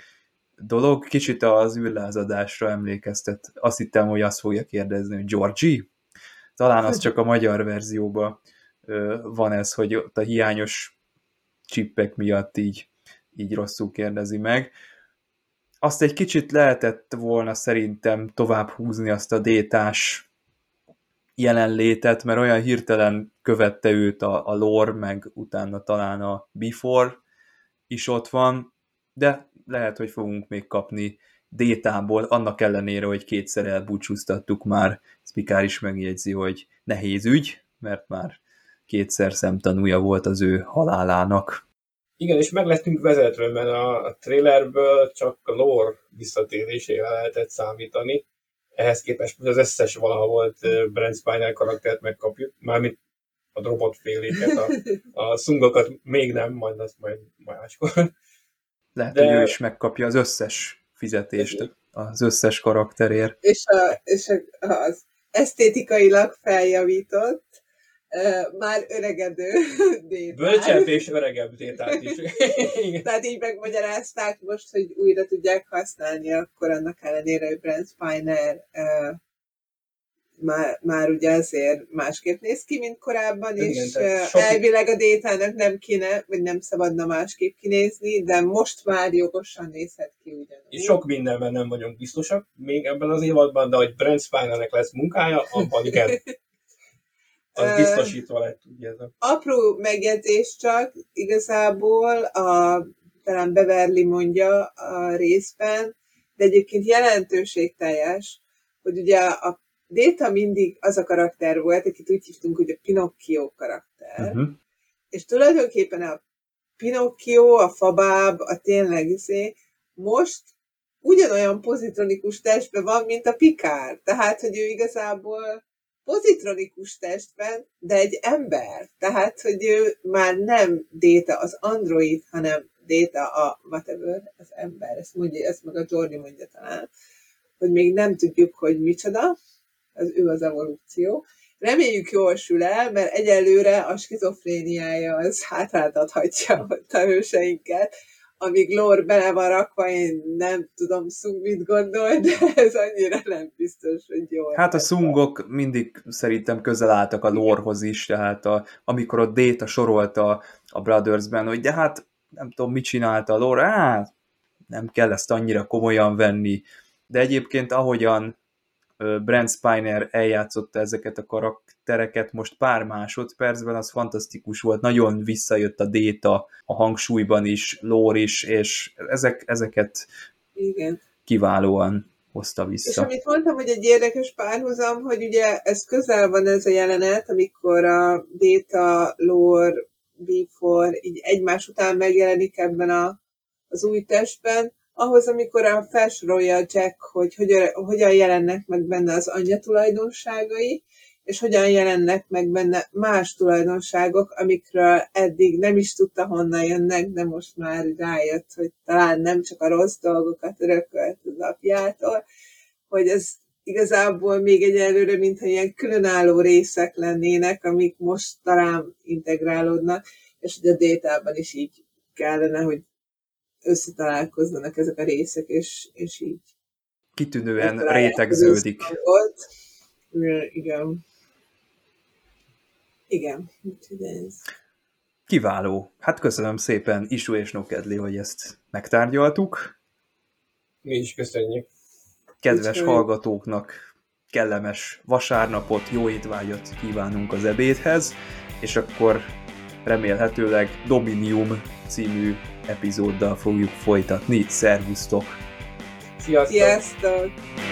S2: dolog, kicsit az űrlázadásra emlékeztet. Azt hittem, hogy azt fogja kérdezni, hogy Georgie? Talán az csak a magyar verzióban van ez, hogy ott a hiányos csippek miatt így rosszul kérdezi meg. Azt egy kicsit lehetett volna szerintem tovább húzni azt a détás jelenlétet, mert olyan hirtelen követte őt a lore, meg utána talán a before is ott van, de lehet, hogy fogunk még kapni détából, annak ellenére, hogy 2-szer elbúcsúztattuk már. Picard is megjegyzi, hogy nehéz ügy, mert már 2-szer szemtanúja volt az ő halálának.
S3: Igen, és meg lettünk vezetve, mert a trailerből csak a lore visszatérésére lehetett számítani. Ehhez képest az összes valaha volt Brent Spiner karaktert megkapjuk, mármint a robotféléket, a szungokat még nem, majd azt majd máskor.
S2: Lehet, hogy ő is megkapja az összes fizetést, az összes karakterért.
S4: És az esztétikailag feljavított, már öregedő détát.
S3: Bölcsebb és öregebb détát is.
S4: Tehát így megmagyarázták most, hogy újra tudják használni, akkor annak ellenére, hogy Brent Spiner már ugye azért másképp néz ki, mint korábban, igen, és elvileg a détának nem kéne, vagy nem szabadna másképp kinézni, de most már jogosan nézhet ki ugyanúgy.
S3: És sok mindenben nem vagyunk biztosak, még ebben az évadban, de hogy Brent Spinernek lesz munkája, abban igen. Az biztosítva lett, ugye ez a...
S4: Apró megjegyzés csak, igazából talán Beverly mondja a részben, de egyébként jelentőségteljes, hogy ugye a Déta mindig az a karakter volt, akit úgy hívtunk, hogy a Pinocchio karakter. És tulajdonképpen a Pinocchio, a Fabáb, a tényleg most ugyanolyan pozitronikus testben van, mint a Picard. Tehát, hogy ő igazából pozitronikus testben, de egy ember. Tehát, hogy ő már nem Déta az android, hanem Déta a whatever, az ember. Ezt meg a Geordi mondja talán, hogy még nem tudjuk, hogy micsoda, ő az evolúció. Reméljük jól sül el, mert egyelőre a skizofréniája az hátráltathatja a hőseinket. Amíg lore bele van rakva, én nem tudom Szung mit gondol, de ez annyira nem biztos, hogy jó.
S2: Hát a Szungok mindig szerintem közel álltak a lorehoz is, tehát amikor a Data sorolta a Brothersben, hogy de hát nem tudom, mit csinálta a lore, hát nem kell ezt annyira komolyan venni. De egyébként ahogyan Brent Spiner eljátszotta ezeket a karaktereket most pár másodpercben, az fantasztikus volt, nagyon visszajött a Data a hangsúlyban is, lore is, és ezeket igen, kiválóan hozta vissza.
S4: És amit mondtam, hogy egy érdekes párhuzam, hogy ugye ez közel van ez a jelenet, amikor a Data, lore, before így egymás után megjelenik ebben az új testben, ahhoz, amikor felsorolja Jack, hogy hogyan jelennek meg benne az anyja tulajdonságai, és hogyan jelennek meg benne más tulajdonságok, amikről eddig nem is tudta, honnan jönnek, de most már rájött, hogy talán nem csak a rossz dolgokat örökölt az apjától, hogy ez igazából még egyelőre, mintha ilyen különálló részek lennének, amik most talán integrálódnak, és hogy a Détában is így kellene, hogy összetalálkozzanak ezek a részek, és így
S2: Kitűnően rétegződik.
S4: Igen. Igen. Úgyhogy ez.
S2: Kiváló. Hát köszönöm szépen Isu és Nokedli, hogy ezt megtárgyaltuk.
S3: Mi is köszönjük.
S2: Kedves hallgatóknak kellemes vasárnapot, jó étvágyat kívánunk az ebédhez, és akkor remélhetőleg Dominium című epizóddal fogjuk folytatni. Szervusztok!
S3: Sziasztok!
S4: Sziasztok!